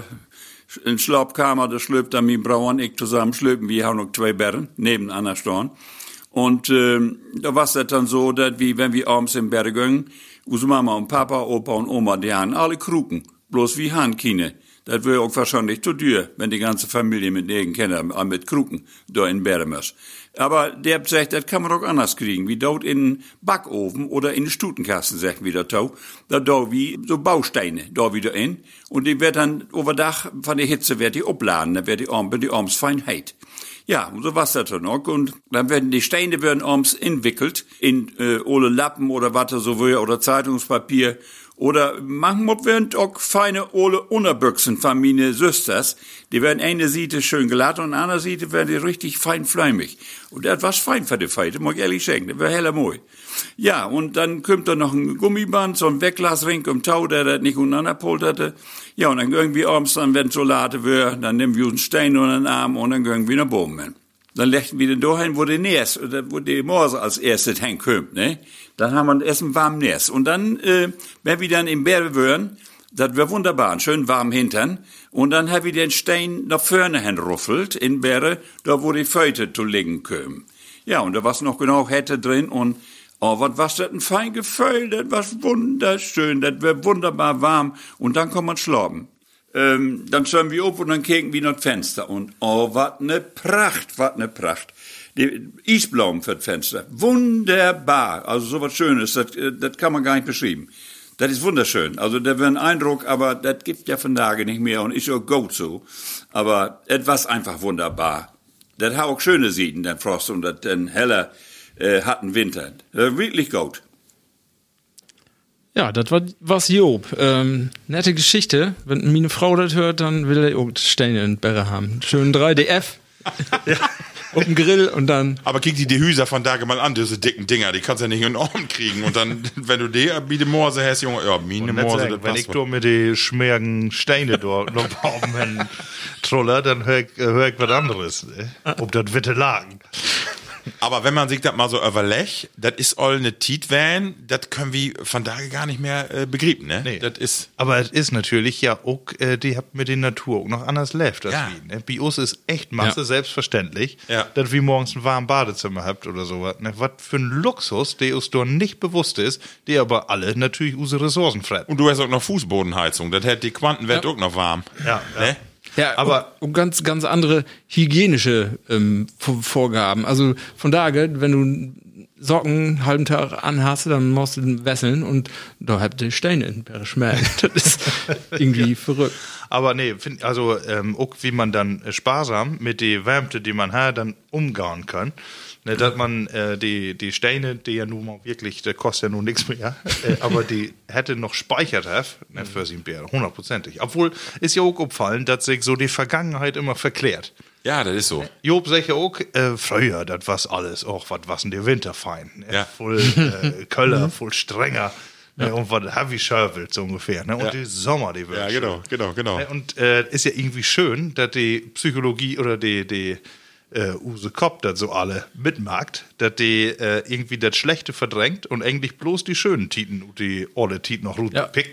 in Schlafkammer, da schlüpft dann mit Brauer und ich zusammen schlüpfen. Wir haben noch zwei Bären nebeneinander stehen. Und ähm, da war es dann so, dass wir, wenn wir abends im Berg gehen, unsere Mama und Papa, Opa und Oma, die haben alle Kruken. Bloß wie haben keine. Das wäre auch wahrscheinlich zu teuer, wenn die ganze Familie mit ihren Kindern mit Kruken da in Bergen muss. Aber der hat gesagt, das kann man auch anders kriegen. Wie dort in den Backofen oder in den Stutenkasten, sagt wie der Tau. Da da wie so Bausteine da wieder in. Und die wird dann overdag von der Hitze wird die abladen. Dann wird die Arme, die Arms fein heit. Ja, und so war's das dann auch. Und dann werden die Steine werden abends entwickelt in äh, ole Lappen oder was so will oder Zeitungspapier. Oder manchmal werden auch feine ole Unterbüchsen von meine Süsters. Die werden eine Seite schön glatt und andere Seite werden die richtig fein fleimig. Und das war's fein für die Feite, mag ich ehrlich sagen. Das war heller moi. Ja, und dann kommt da noch ein Gummiband, so ein Wegglasring um Tau, der das nicht untereinander polterte. Ja, und dann irgendwie abends, dann, wenn es so late wird, dann nehmen wir uns einen Stein unter den Arm und dann gehen wir nach oben hin. Dann legten wir den dahin, wo der Näs, wo die Morse als erstes hinkommt, ne? Dann haben wir erst einen warmen Näs. Und dann, äh, wenn wir dann im Berg wären, das wäre wunderbar, einen schönen warmen Hintern. Und dann haben wir den Stein nach vorne hinruffelt, in Berge, da wo die Föte zu liegen kommen. Ja, und da war's noch genau Hätte drin und, oh, was was das ein fein Gefühl, das war's wunderschön, das wäre wunderbar warm. Und dann kann man schlafen. Ähm, dann stehen wir auf und dann kicken wir nach Fenster. Und oh, wat ne Pracht, wat ne Pracht. Die Eisblumen für das Fenster. Wunderbar. Also so was Schönes, das, das kann man gar nicht beschreiben. Das ist wunderschön. Also da wäre ein Eindruck, aber das gibt ja von Tage nicht mehr und ist ja gut so. Aber etwas einfach wunderbar. Das hat auch schöne Seiten, den Frost und den heller äh, hatten Winter. Das wirklich gut. Ja, das war was Job. Ähm, nette Geschichte. Wenn meine Frau das hört, dann will er auch Steine in Berre haben. Schön drei D F. Ja. Auf dem Grill und dann. Aber krieg die die Hüser von Tage mal an, diese dicken Dinger, die kannst du ja nicht in den Arm kriegen. Und dann, wenn du die wie die Morse hast, Junge, ja, meine Morse, das wenn ich da mit die schmierigen Steine dort noch oben hin troller, dann hör ich, hör ich was anderes. Ne? Ob das Witte lagen. Aber wenn man sich das mal so überlegt, das ist all eine Tietwan, das können wir von daher gar nicht mehr äh, begreifen, ne? Nee. Das ist. Aber es ist natürlich ja auch, äh, die habt mit der Natur auch noch anders lebt als Ja. wir. Ne? Bei uns ist echt Masse, Ja. selbstverständlich, Ja. dass wir morgens ein warmes Badezimmer habt oder sowas. Ne? Was für ein Luxus, der uns doch nicht bewusst ist, der aber alle natürlich unsere Ressourcen fressen. Und du hast auch noch Fußbodenheizung, das hätte die Quantenwelt Ja. auch noch warm. Ja, ja. Ne? Ja, Aber- aber und ganz, ganz andere hygienische ähm, Vor- Vorgaben. Also von daher, wenn du Socken einen halben Tag anhast, dann musst du den wesseln und da habt ihr Steine in Berre schmelzen. Das ist irgendwie verrückt. Aber nee, find, also ähm, auch wie man dann äh, sparsam mit der Wärmte, die man hat, dann umgehen kann. Ne, dass man äh, die, die Steine, die ja nun mal wirklich, der kostet ja nun nichts mehr, äh, aber die hätte noch speichert have, ne, für sie Bär, hundertprozentig. Obwohl ist ja auch aufgefallen, dass sich so die Vergangenheit immer verklärt. Ja, das ist so. Job sagt ja auch, äh, früher, das was alles, auch was was in der Winterfein. Ne? Ja. Voll äh, Köller, voll strenger. Ne, und was Heavy Shovel, so ungefähr. Ne? Und Ja. die Sommer, die wird Ja, schön. genau, genau, genau. Ne, Und äh, ist ja irgendwie schön, dass die Psychologie oder die, die äh, Use Kopf das so alle mitmacht, dass die äh, irgendwie das Schlechte verdrängt und eigentlich bloß die schönen Titen und die olle Titen noch gut Ja. pickt.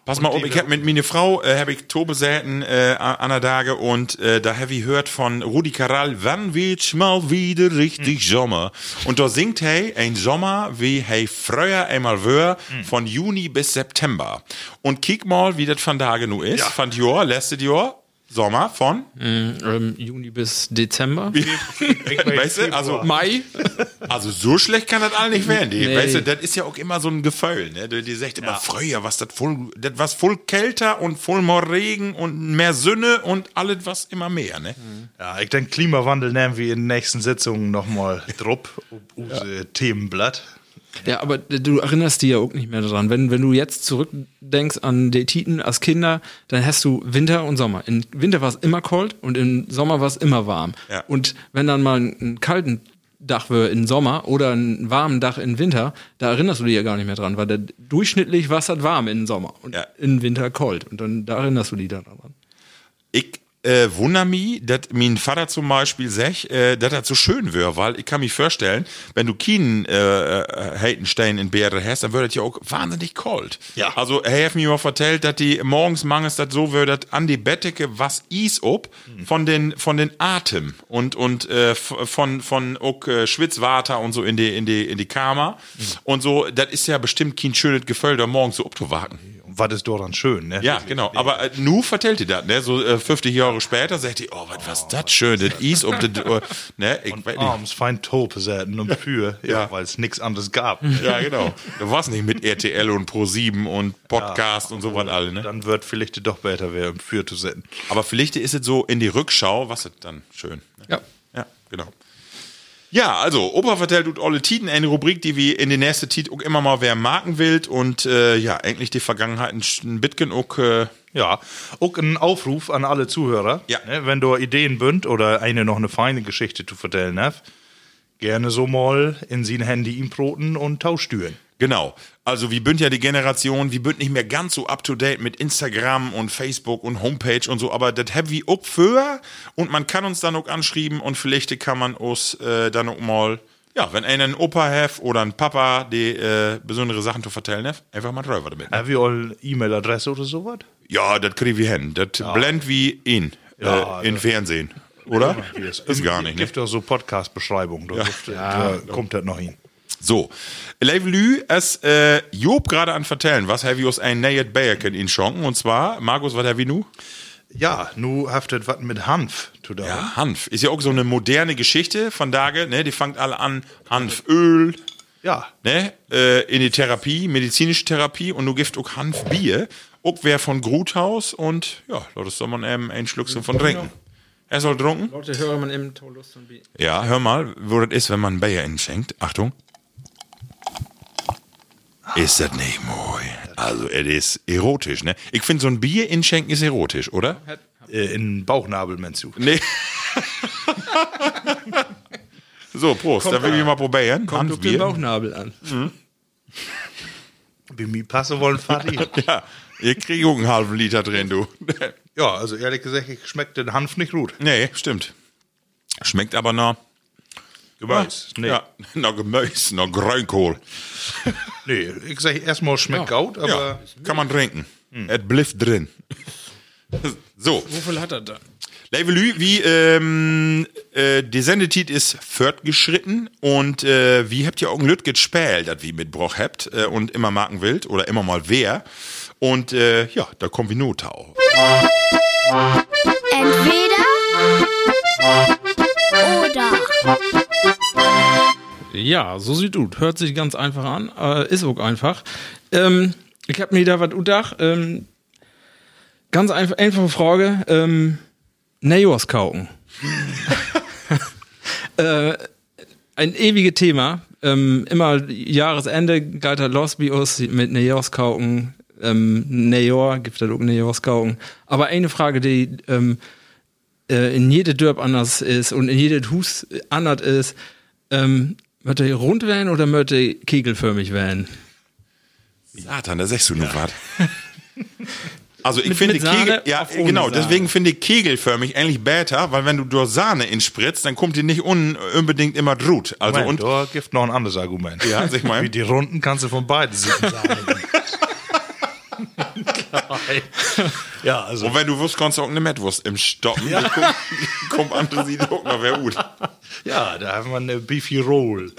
Pass mal auf, ich hab mit meiner Frau, äh, habe ich Tobe säten äh, an der Tage und äh, da habe ich gehört von Rudi Carrall, wann wird's mal wieder richtig hm. Sommer? Und da singt hey ein Sommer, wie hey früher einmal wär, hm. von Juni bis September. Und kick mal, wie das von Tage nu ist. Ja. Von Jahr, letztes Jahr. Sommer von? Mm, ähm, Juni bis Dezember. Weißt du, also Mai. Also so schlecht kann das all nicht werden. Die, nee. Weißt du, das ist ja auch immer so ein Gefühl. Ne? Die, die sagt immer, ja. früher was das voll, das was voll kälter und voll mehr Regen und mehr Sonne und alles was immer mehr. Ne? Ja, ich denke, Klimawandel nehmen wir in den nächsten Sitzungen nochmal drupp, unser ja. Themenblatt. Ja, aber du erinnerst dich ja auch nicht mehr daran. Wenn, wenn du jetzt zurückdenkst an die Titen als Kinder, dann hast du Winter und Sommer. Im Winter war es immer kalt und im Sommer war es immer warm. Ja. Und wenn dann mal ein kalten Dach wäre im Sommer oder ein warmen Dach im Winter, da erinnerst du dich ja gar nicht mehr dran, weil der durchschnittlich war es halt warm im Sommer und ja. im Winter kalt. Und dann da erinnerst du dich daran. Ich Äh, wunder mich, dass mein Vater zum Beispiel sagt, äh, dass das so schön wäre, weil ich kann mir vorstellen, wenn du keinen äh, Heitenstein in Bäre hast, dann würde das ja auch wahnsinnig kalt. Ja. Also, er hat mir mal vertellt, dass die morgens mangels das so würde, dass an die Bettdecke was is ob mhm. von den, von den Atem und, und, äh, von, von auch äh, Schwitzwater und so in die, in die, in die Kammer. Mhm. Und so, das ist ja bestimmt kein schönes Gefühl, da morgens so abzuwarten. Was ist doch dann schön, ne? Ja, genau. Aber äh, nu vertellt die das, ne? So äh, fünfzig Jahre später sagt die, oh, was was das schön, das is ob das, uh, ne? Ich und weiß nicht. abends fein Tope säten und für, ja, ja. weil es nichts anderes gab. Ja, genau. Du warst nicht mit R T L und Pro sieben und Podcast ja, und so was alle, ne? Dann wird vielleicht doch besser, wer im Für zu säten. Aber vielleicht ist es so in die Rückschau, was ist dann schön. Ne? Ja. Ja, genau. Ja, also, Opa vertellt und alle Titen, eine Rubrik, die wir in den nächsten Tit auch immer mal wer marken will und äh, ja, eigentlich die Vergangenheit ein bisschen auch. Äh, ja, auch ein Aufruf an alle Zuhörer. Ja. Ne, wenn du Ideen bünd oder eine noch eine feine Geschichte zu vertellen hast, gerne so mal in sein Handy improten und tauschtüren. Genau. Also, wir bünd ja die Generation, wir bünd nicht mehr ganz so up to date mit Instagram und Facebook und Homepage und so, aber das haben wir auch für und man kann uns dann auch anschreiben und vielleicht kann man uns äh, dann auch mal, ja, wenn einer einen Opa hat oder einen Papa, die äh, besondere Sachen zu vertellen hat, einfach mal drüber damit. Haben wir all E-Mail-Adresse oder sowas? Ja, das kriegen wir hin. Das ja. blend wie in, ja, äh, in Fernsehen. Oder? Ja, ist, ist gar nicht. Es gibt ne? doch so Podcast-Beschreibungen. Da, ja. da kommt das noch hin. So, Levelü, es äh, Job gerade an vertellen, was haben wir uns ein neues Bäierchen in Schonken und zwar, Markus, was haben wir nu? Ja, nu haftet was mit Hanf zu tun. Ja, Hanf ist ja auch so eine moderne Geschichte von Tage, ne, die fängt alle an, Hanföl, ja, ne, äh, in die Therapie, medizinische Therapie und nu gibt auch Hanfbier, auch wer von Gruthaus und ja, das soll man eben einen Schluck so von trinken. Er soll trunken? Leute, höre man eben Tollust und Bier. Ja, hör mal, wo das ist, wenn man einen Bayer schenkt. Achtung. Ist das nicht mooi? Also, es ist erotisch, ne? Ich finde, so ein Bier inschenken ist erotisch, oder? Äh, in Bauchnabel, meinst du? Nee. So, Prost, Kommt da will da. ich mal probieren. Kommt auf den Bauchnabel an. Mhm. Wie mir passen wollen, Vati. Ja, ihr kriegt auch einen halben Liter drin, du. Ja, also ehrlich gesagt, schmeckt den Hanf nicht gut. Nee, stimmt. Schmeckt aber noch. Gemüse. Nee. Ja, noch Gemüse, noch Grünkohl. Nee, ich sag erstmal schmeckt Ja. gut, aber Ja, kann man trinken. Es bleibt drin. So. Wie viel hat er da? Levelü, wie ähm, äh, die Sendetit ist fortgeschritten und äh, wie habt ihr auch ein Lüt gespielt, das wie mitbroch habt äh, und immer marken willt oder immer mal wer. Und äh, ja, da kommen wir Notau. Entweder oder. Ja, so sieht gut. Hört sich ganz einfach an. Äh, ist auch einfach. Ähm, ich hab mir da was udach. Ähm, ganz einfach, einfache Frage. Ähm, Nejos kauken. äh, ein ewiges Thema. Ähm, immer Jahresende galt er los bei uns mit Nejos kauken. Ähm, Nejor, gibt es auch Nejos kauken. Aber eine Frage, die ähm, äh, in jedem Dörp anders ist und in jedem Hus anders ist, ähm, möchte ihr rund werden oder möchte ihr kegelförmig werden? Satan, da sagst du nur was. Also ich Mit- finde mit Sahne Kegel, ja auf ohne genau, Sahne. deswegen finde ich kegelförmig eigentlich besser, weil wenn du durch Sahne inspritzt, dann kommt die nicht un unbedingt immer drut. Also Moment, und da gibt noch ein anderes Argument. Ja, sag mal. Wie die Runden kannst du von beiden Seiten sagen. Ja, also. Und wenn du wusst, kannst du auch eine Mettwurst im Stoppen. Ja. Kommt, kommt andere, sie doch noch, wer gut. Ja, da haben wir eine Beefy Roll.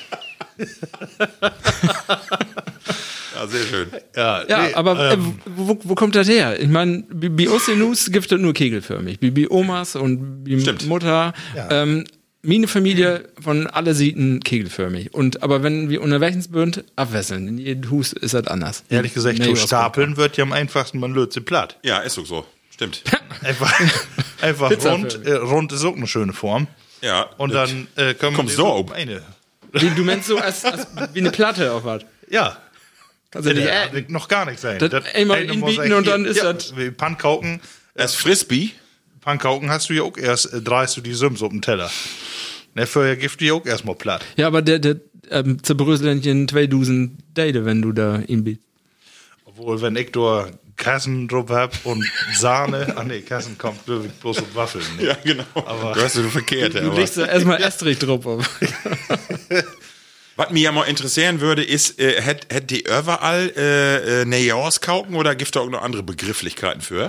Ja, sehr schön. Ja, Ja, nee, aber ähm, äh, wo, wo kommt das her? Ich meine, bei uns in Nus gibt es nur kegelförmig. Bei bei Omas und bei Stimmt. Mutter. Ja. Ähm, meine Familie von alle Seiten kegelförmig. Und, aber wenn wir unterwegs sind, abwechseln. In jedem Hus ist das anders. ehrlich gesagt, Nee, zu was stapeln wird ja am einfachsten, man löst sie platt. Ja, ist doch so. Stimmt. Einfach, einfach Pizza rund. für- Äh, rund ist auch eine schöne Form. Ja. Und dann äh, können Kommst wir du so auf. eine. Wie, du meinst so, als, als wie eine Platte auf was? Ja. Kannst du nicht Ja, äh, noch gar nicht sein. Das einmal eine inbieten muss echt- und dann ist ja, das- wie Pankauken. Das Frisbee. Pankauken hast du ja auch erst, äh, dreist du die Sims auf den Teller. Ne, vorher gibt die auch erstmal platt. Ja, aber der, der ähm, zerbröseln zweitausend Date, wenn du da ihn bietst. Obwohl, wenn ich da Kassen drauf hab und Sahne, ah ne, Kassen kommt wirklich bloß auf Waffeln. Ne? Ja, genau. du hast es verkehrt. Du aber. legst da erstmal Estrich drauf auf. Was mich ja mal interessieren würde, ist, äh, hätt, hätt die überall äh, äh, Nejahrskauken oder gibt da auch noch andere Begrifflichkeiten für?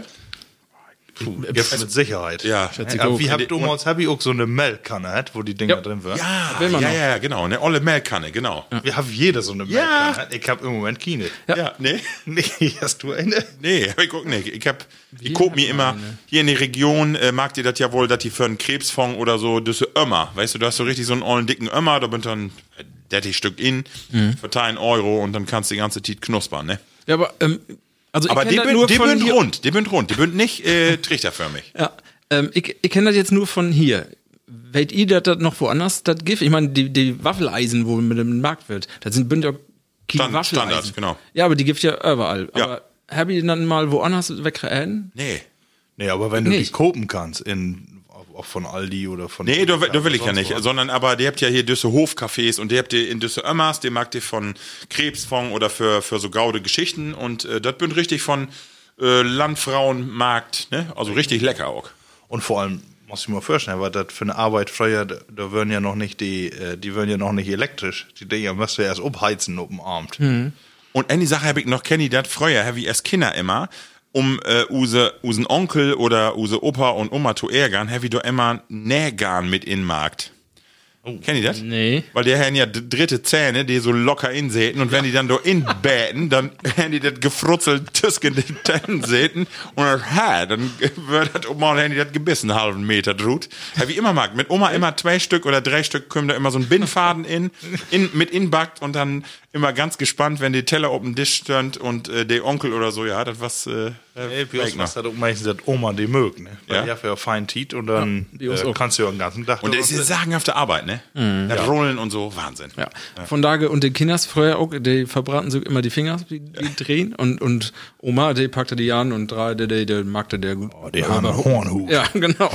Gibt's mit Sicherheit. Ja. Schätze ich Ja, auch. wie habt damals hab ich auch so eine Melkkanne, hat, wo die Dinger Ja. drin waren. Ja, will man ja, noch. ja, genau. Eine olle Melkkanne, genau. Ja, Wir haben jeder so eine Ja. Melkkanne. Ich hab im Moment keine. ja nee. Nee, hast du eine? Nee, hab ich guck nicht. Ich hab, ich guck mir immer, hier in der Region, äh, mag ihr das ja wohl, dass die für einen Krebsfonds oder so, das ist Ömmer. Weißt du, du hast so richtig so einen ollen dicken Ömmer, da bin dann ein Stück in, für einen Euro und dann kannst du die ganze Zeit knuspern, ne? Ja, aber, ähm, also Aber ich die kenn das bünd, nur die von bünd hier. rund, die bünd rund, die bünd nicht äh, trichterförmig. Ja, ähm, ich, ich kenne das jetzt nur von hier. Weet ihr, dass das noch woanders das gibt? Ich meine, die, die Waffeleisen, wo mit dem Markt wird, das sind bünd ja keine Stand- Waffeleisen. Standard, genau. Ja, aber die gibt ja überall. Ja. Aber hab ich dann mal woanders wegrennen? Nee. Nee, aber wenn du Nicht. die kopen kannst, in, auch von Aldi oder von. Nee, da, da will ich ja sonst nicht, was. sondern aber die habt ja hier Düsse Hofcafés und die habt ihr in Düsse Ömmers, die mag ihr von Krebsfonds oder für, für so gaude Geschichten und äh, das bin richtig von äh, Landfrauenmarkt, ne? Also richtig lecker auch. Und vor allem, muss ich mir vorstellen, was das für eine Arbeit früher, da, da würden ja noch nicht die, äh, die würden ja noch nicht elektrisch. Die Dinger müsst du erst umheizen auf dem Abend. Und eine Sache habe ich noch, kenn ich das früher, habe ich als Kinder immer, um äh, use, usen Onkel oder use Opa und Oma zu ärgern, habe ich doch immer Nähgarn mit in den Markt. Oh. Kennt ihr das? Nee. Weil die haben ja d- dritte Zähne, die so locker insäten und wenn die dann da inbäten, dann haben die das gefrutzelt zwischen den Zähnen säten und das, ha, dann wird das mal haben die das gebissen, einen halben Meter drut. Hab ich immer mag. Mit Oma immer zwei Stück oder drei Stück kommen da immer so ein Bindfaden in, in mit inbackt und dann immer ganz gespannt, wenn die Teller auf dem Tisch stand und äh, der Onkel oder so, ja, das was äh, Ey, bei uns Wegner. was das auch meistens das Oma die mögen, ne? Weil Ja. die haben ja fein Tiet und dann bei uns äh, auch. kannst du ja den ganzen Tag. Und das ist sagenhafte Arbeit, ne? Das Rollen und so, Wahnsinn. Ja. Von daher und die Kinders früher auch, die verbraten sich immer die Finger, die, die drehen und, und Oma, die packte die an und drei, der, der, der magte der gut. Oh, die haben einen Hornhut. Ja, genau.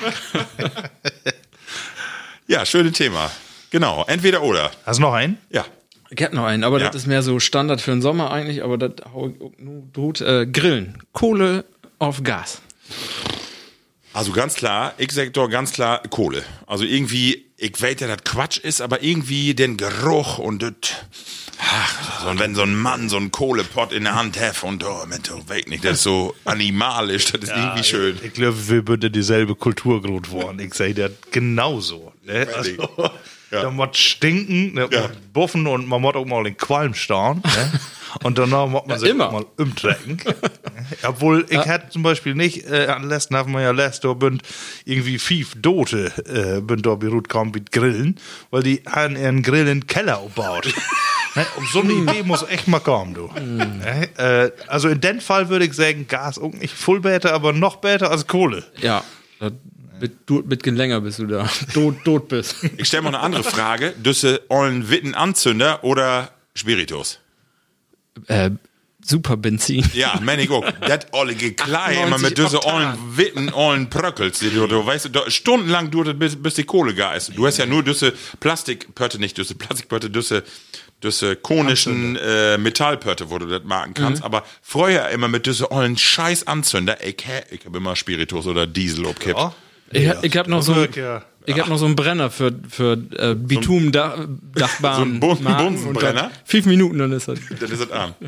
Ja, schönes Thema. Genau, entweder oder. Hast du noch einen? Ja. Ich hab noch einen, aber Ja. das ist mehr so Standard für den Sommer eigentlich, aber das hau ich auch nur tot. Äh, Grillen. Kohle auf Gas. Also ganz klar, ich sag doch ganz klar Kohle. Also irgendwie, ich weiß ja, dass Quatsch ist, aber irgendwie den Geruch und das, ach, so, wenn so ein Mann so einen Kohlepott in der Hand hat und oh, Mensch, weg nicht, das ist so animalisch, das ist irgendwie schön. Ich, ich glaube, wir würden dieselbe Kultur groß worden. Ich sage das genauso. Ne? Also, Ja. da muss stinken, ne? Ja. muss buffen und man muss auch mal den Qualm stauen. Ne? Und danach muss man Ja, sich immer. auch mal umtrecken. Obwohl, ich hätte zum Beispiel nicht, äh, an letzten haben wir ja letztes Jahr bünd irgendwie fünf Dote, äh, bünd da beruht kaum mit Grillen, weil die haben ihren Grill in den Keller aufgebaut. Ne, um so eine Idee muss echt mal kommen, du. Ne, äh, also in dem Fall würde ich sagen, Gas auch nicht voll besser, aber noch besser als Kohle. Ja, das wird, du, wird länger, bis du da tot, tot bist. Ich stelle mal eine andere Frage, düsse ollen Witten Anzünder oder Spiritus? äh, super Benzin. Ja, meine ich auch. Das olle Geklei immer mit düsse Oktan. ollen Witten, ollen Bröckels, die du, du weißt, du, da- stundenlang dauert es, bis, bis die Kohle gar ist. Du hast ja nur düsse Plastikpörte, nicht düsse Plastikpörte, düsse, düsse konischen äh, Metallpörte, wo du das machen kannst. Aber früher immer mit düsse ollen Scheißanzünder. Ich, hä- ich habe immer Spiritus oder Diesel abkippt. Ja. Ich, ich habe noch so wirkt ja- ich hab noch so einen Brenner für, für äh, Bitum-Dachbahn. So ein Bun- Bunsenbrenner? Fünf Minuten, dann ist das. Dann ist es an.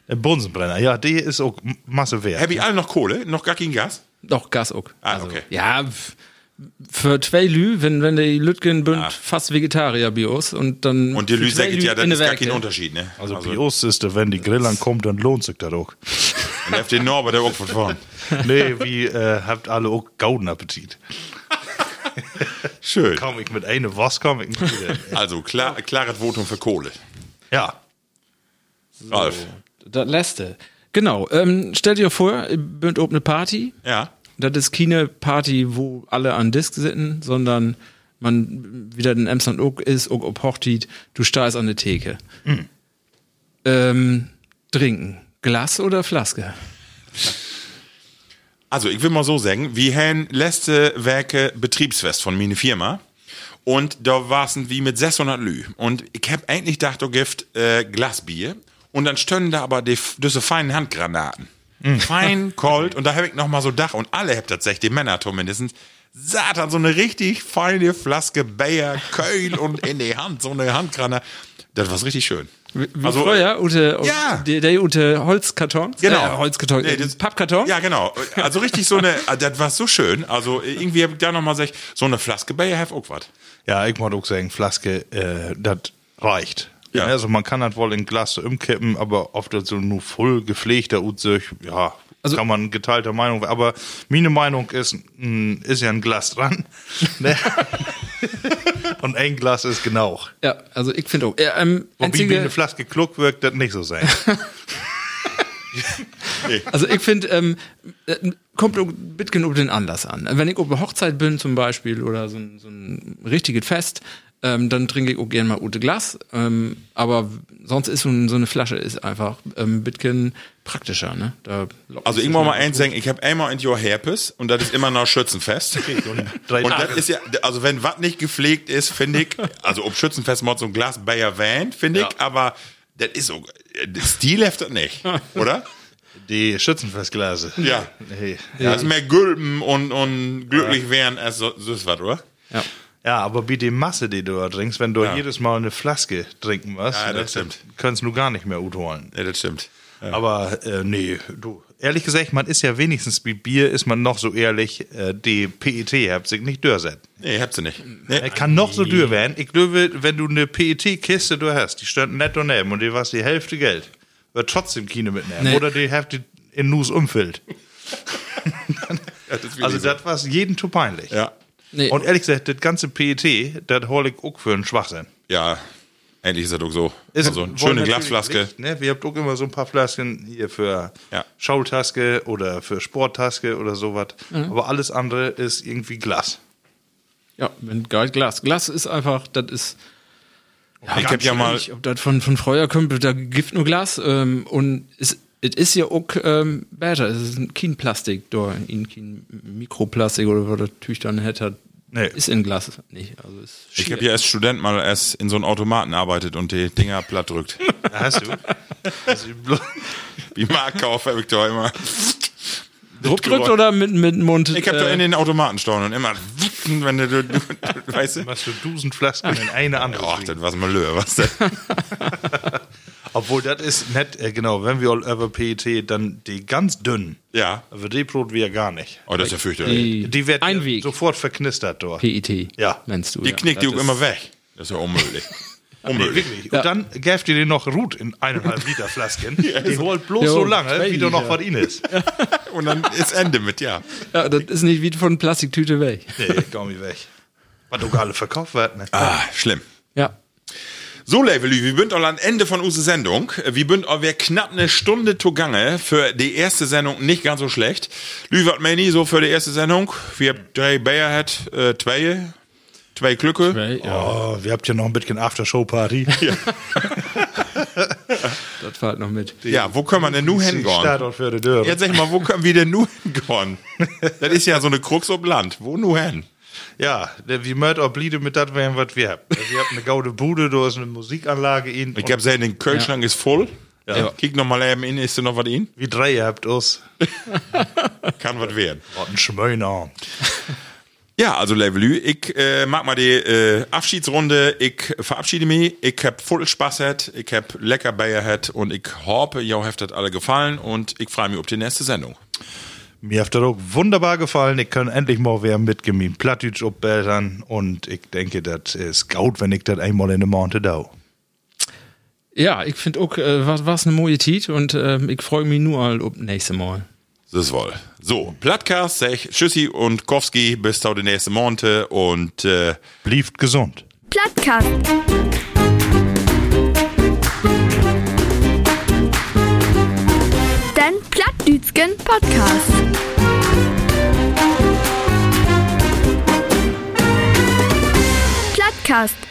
Ein Bunsenbrenner, ja, die ist auch m- Masse wert. Hab ich alle noch Kohle? Noch gar kein Gas? Doch, Gas auch. Ah, okay. Ja, f- für zwei Lü, wenn, wenn die Lütgen bünd Ja. fast Vegetarier-Bios und dann. Und die für Lü zwei sagt ja, das in ist der gar kein Werke. Unterschied, ne? Also, also Bios ist, wenn die Grill ankommt, dann lohnt sich das auch. Und F D Norbert, der auch von vorn. Nee, wie äh, habt alle auch Gaudenappetit. Schön. Komm ich mit einer was, komm ich nicht wieder. Also, klar, klares Votum für Kohle. Ja. Ralf. Das letzte. Genau. Ähm, stellt ihr vor, ihr bünd ob eine Party. Ja. Das ist keine Party, wo alle an Disk sitzen, sondern man wieder in Emsland auch ist, auch ob Hochtit, du stehst an der Theke. Ähm, trinken. Glas oder Flaske? Also, ich will mal so sagen, wir haben letzte Werke Betriebsfest von meine Firma. Und da war's wie mit sechshundert Lü. Und ich hab eigentlich gedacht, du gift äh, Glasbier. Und dann stönden da aber die, diese feinen Handgranaten. Fein, kalt. Und da hab ich noch mal so Dach. Und alle habt tatsächlich, die Männer zumindest, Satan, so eine richtig feine Flaske Bayer, Keul und in die Hand, so eine Handgranate. Das war's richtig schön. Wie Also, früher, Ute, ja. der, der Ute Holzkarton. Genau. Äh, Holzkarton, Nee, äh, das- Pappkarton. Ja, genau. Also richtig so eine, das war so schön. Also irgendwie hab ich da noch mal gesagt, so eine Flaske Bayer have auch was. Ja, ich muss auch sagen, Flaske, äh, das reicht. Ja. Also man kann das wohl in Glas so umkippen, aber oft so nur voll gepflegter und so, ja, Also- kann man geteilter Meinung, aber meine Meinung ist, mh, ist ja ein Glas dran. Ne? Und ein Glas ist genau. Ja, also ich finde auch. Äh, ähm, Wobei, wie einzige, eine Flaske Kluck wirkt, das nicht so sein. also ich finde, ähm, äh, kommt auch ein bisschen um den Anlass an. Wenn ich auf einer Hochzeit bin zum Beispiel oder so ein, so ein richtiges Fest, ähm, dann trinke ich auch gerne mal Ute Glas. Ähm, aber sonst ist so, ein, so eine Flasche ist einfach ähm, ein bisschen praktischer. Ne? Da Also ich muss mal eins sagen, ich habe einmal in Jahr Herpes und das ist immer noch Schützenfest. Drei Und Tage. das ist ja, also wenn was nicht gepflegt ist, finde ich, also ob Schützenfest mal so ein Glas Bayer Van, finde ich, Ja. aber das ist so, der Stil heft das nicht, oder? Die Schützenfestglase. Ja. Nee. Ja. Das ist mehr Gülpen und, und glücklich werden als so, so ist was, oder? Ja. Ja, aber wie die Masse, die du da trinkst, wenn du Ja. jedes Mal eine Flaske trinken musst, Ja, das stimmt. kannst du gar nicht mehr gut holen. Ja, das stimmt. Ja. Aber äh, nee, du, ehrlich gesagt, man ist ja wenigstens wie Bier, ist man noch so ehrlich, äh, die P E T habt sich nicht dörset. Nee, habt sie nicht. Nee. Er kann noch so dürr werden. Ich glaube, wenn du eine P E T-Kiste du hast, die stand nett daneben und die war die Hälfte Geld, wird trotzdem Kino mitnehmen. Nee. Oder die Hälfte in Nus umfüllt. Ja, das ist Also wirklich so. das war jeden zu peinlich. Ja. Nee. Und ehrlich gesagt, das ganze P E T, das hol ich auch für einen Schwachsinn. Ja, endlich ist das doch so. Ist- also eine wollen schöne natürlich Glasflaske. nicht, Ne? Wir habt auch immer so ein paar Flasken hier für Ja. Schaultaske oder für Sporttaske oder sowas. Aber alles andere ist irgendwie Glas. Ja, wenn geil Glas. Glas ist einfach, das ist. Ich hab ja mal, Ob das von, von Freuer kommt, da gibt nur Glas. Ähm, und es, es ist ja auch ähm, besser. Es ist kein Plastik, da, in kein Mikroplastik oder was das Tüch dann hätte. Nee. Ist in Glas nicht. Also ist ich habe ja als Student mal erst in so einem Automaten arbeitet und die Dinger platt drückt. Hast du? Also, blo- Wie Marktkauf habe ich da immer. Druck drückt oder mit, mit Mund? Ich habe da äh, in den Automaten stehen und immer, wenn du, du, du weißt du. machst du tausend Flasken in eine andere. Ach, kriegen. das war's mal Löhr, was denn? Obwohl, das ist nett, äh, genau, wenn wir all über P E T, dann die ganz dünnen. Ja. Aber die Brot wir gar nicht. Oh, das ist ja fürchterlich. die, Die wird Einweg. sofort verknistert dort. P E T. Ja. Nennst du. Die ja. knickt die Das auch ist- immer weg. Das ist ja unmöglich. Nee, Unmöglich. wirklich. Und dann gäft ihr den noch Rut in eineinhalb Liter Flasken. Die holt bloß Ja, so lange, zwei wie da noch Liter. was in ist. Und dann ist Ende mit, ja. Ja, das ist nicht wie von Plastiktüte weg. Nee, komm ich weg. Was doch alle verkauft wird, ne? Ah, schlimm. Ja. So, Levelü, wir sind am Ende von unserer Sendung. Wir sind wir knapp eine Stunde zugange für die erste Sendung, nicht ganz so schlecht. Lü, was meine ich so für die erste Sendung? Wir haben drei Bayer hat, äh, zwei, zwei Glücke. Ja, Oh, wir habt ja noch ein bisschen Aftershow-Party. das fährt noch mit. Ja, wo können wir denn nun hingehen? Start für die Tür. Jetzt sag ich mal, wo können wir denn nun hingehen? Das ist ja so eine Krux ob Land. Wo nun hin? Ja, der- wie mögt auch bliebe mit das werden, was wir haben. Wir haben eine gaude Bude, da ist eine Musikanlage in. Ich hab gesehen, den Kühlschrank ist voll. Ja. Kick noch mal eben in, ist da noch was in? Wie drei habt uns. Kann was werden. Was ein schöner Abend. Ja, also Levelü, ich äh, mag mal die äh, Abschiedsrunde. Ich verabschiede mich. Ich hab voll Spaß gehabt. Ich hab lecker Bayer gehabt und ich hoffe, ihr habt das alle gefallen und ich freue mich auf die nächste Sendung. Mir hat das auch wunderbar gefallen. Ich kann endlich mal wieder mitgehen, Plattdeutsch abbessern und ich denke, das ist gut, wenn ich das einmal in der Monate da. Ja, ich finde auch, äh, was was eine neue Tit und äh, ich freue mich nur all auf nächste Mal. Das wohl. So, Plattcast, sag ich Tschüssi und Kowski, bis zu den nächsten Monate und äh, Blieft gesund. Plattcast. Den Plattdütschen Podcast. Plattcast.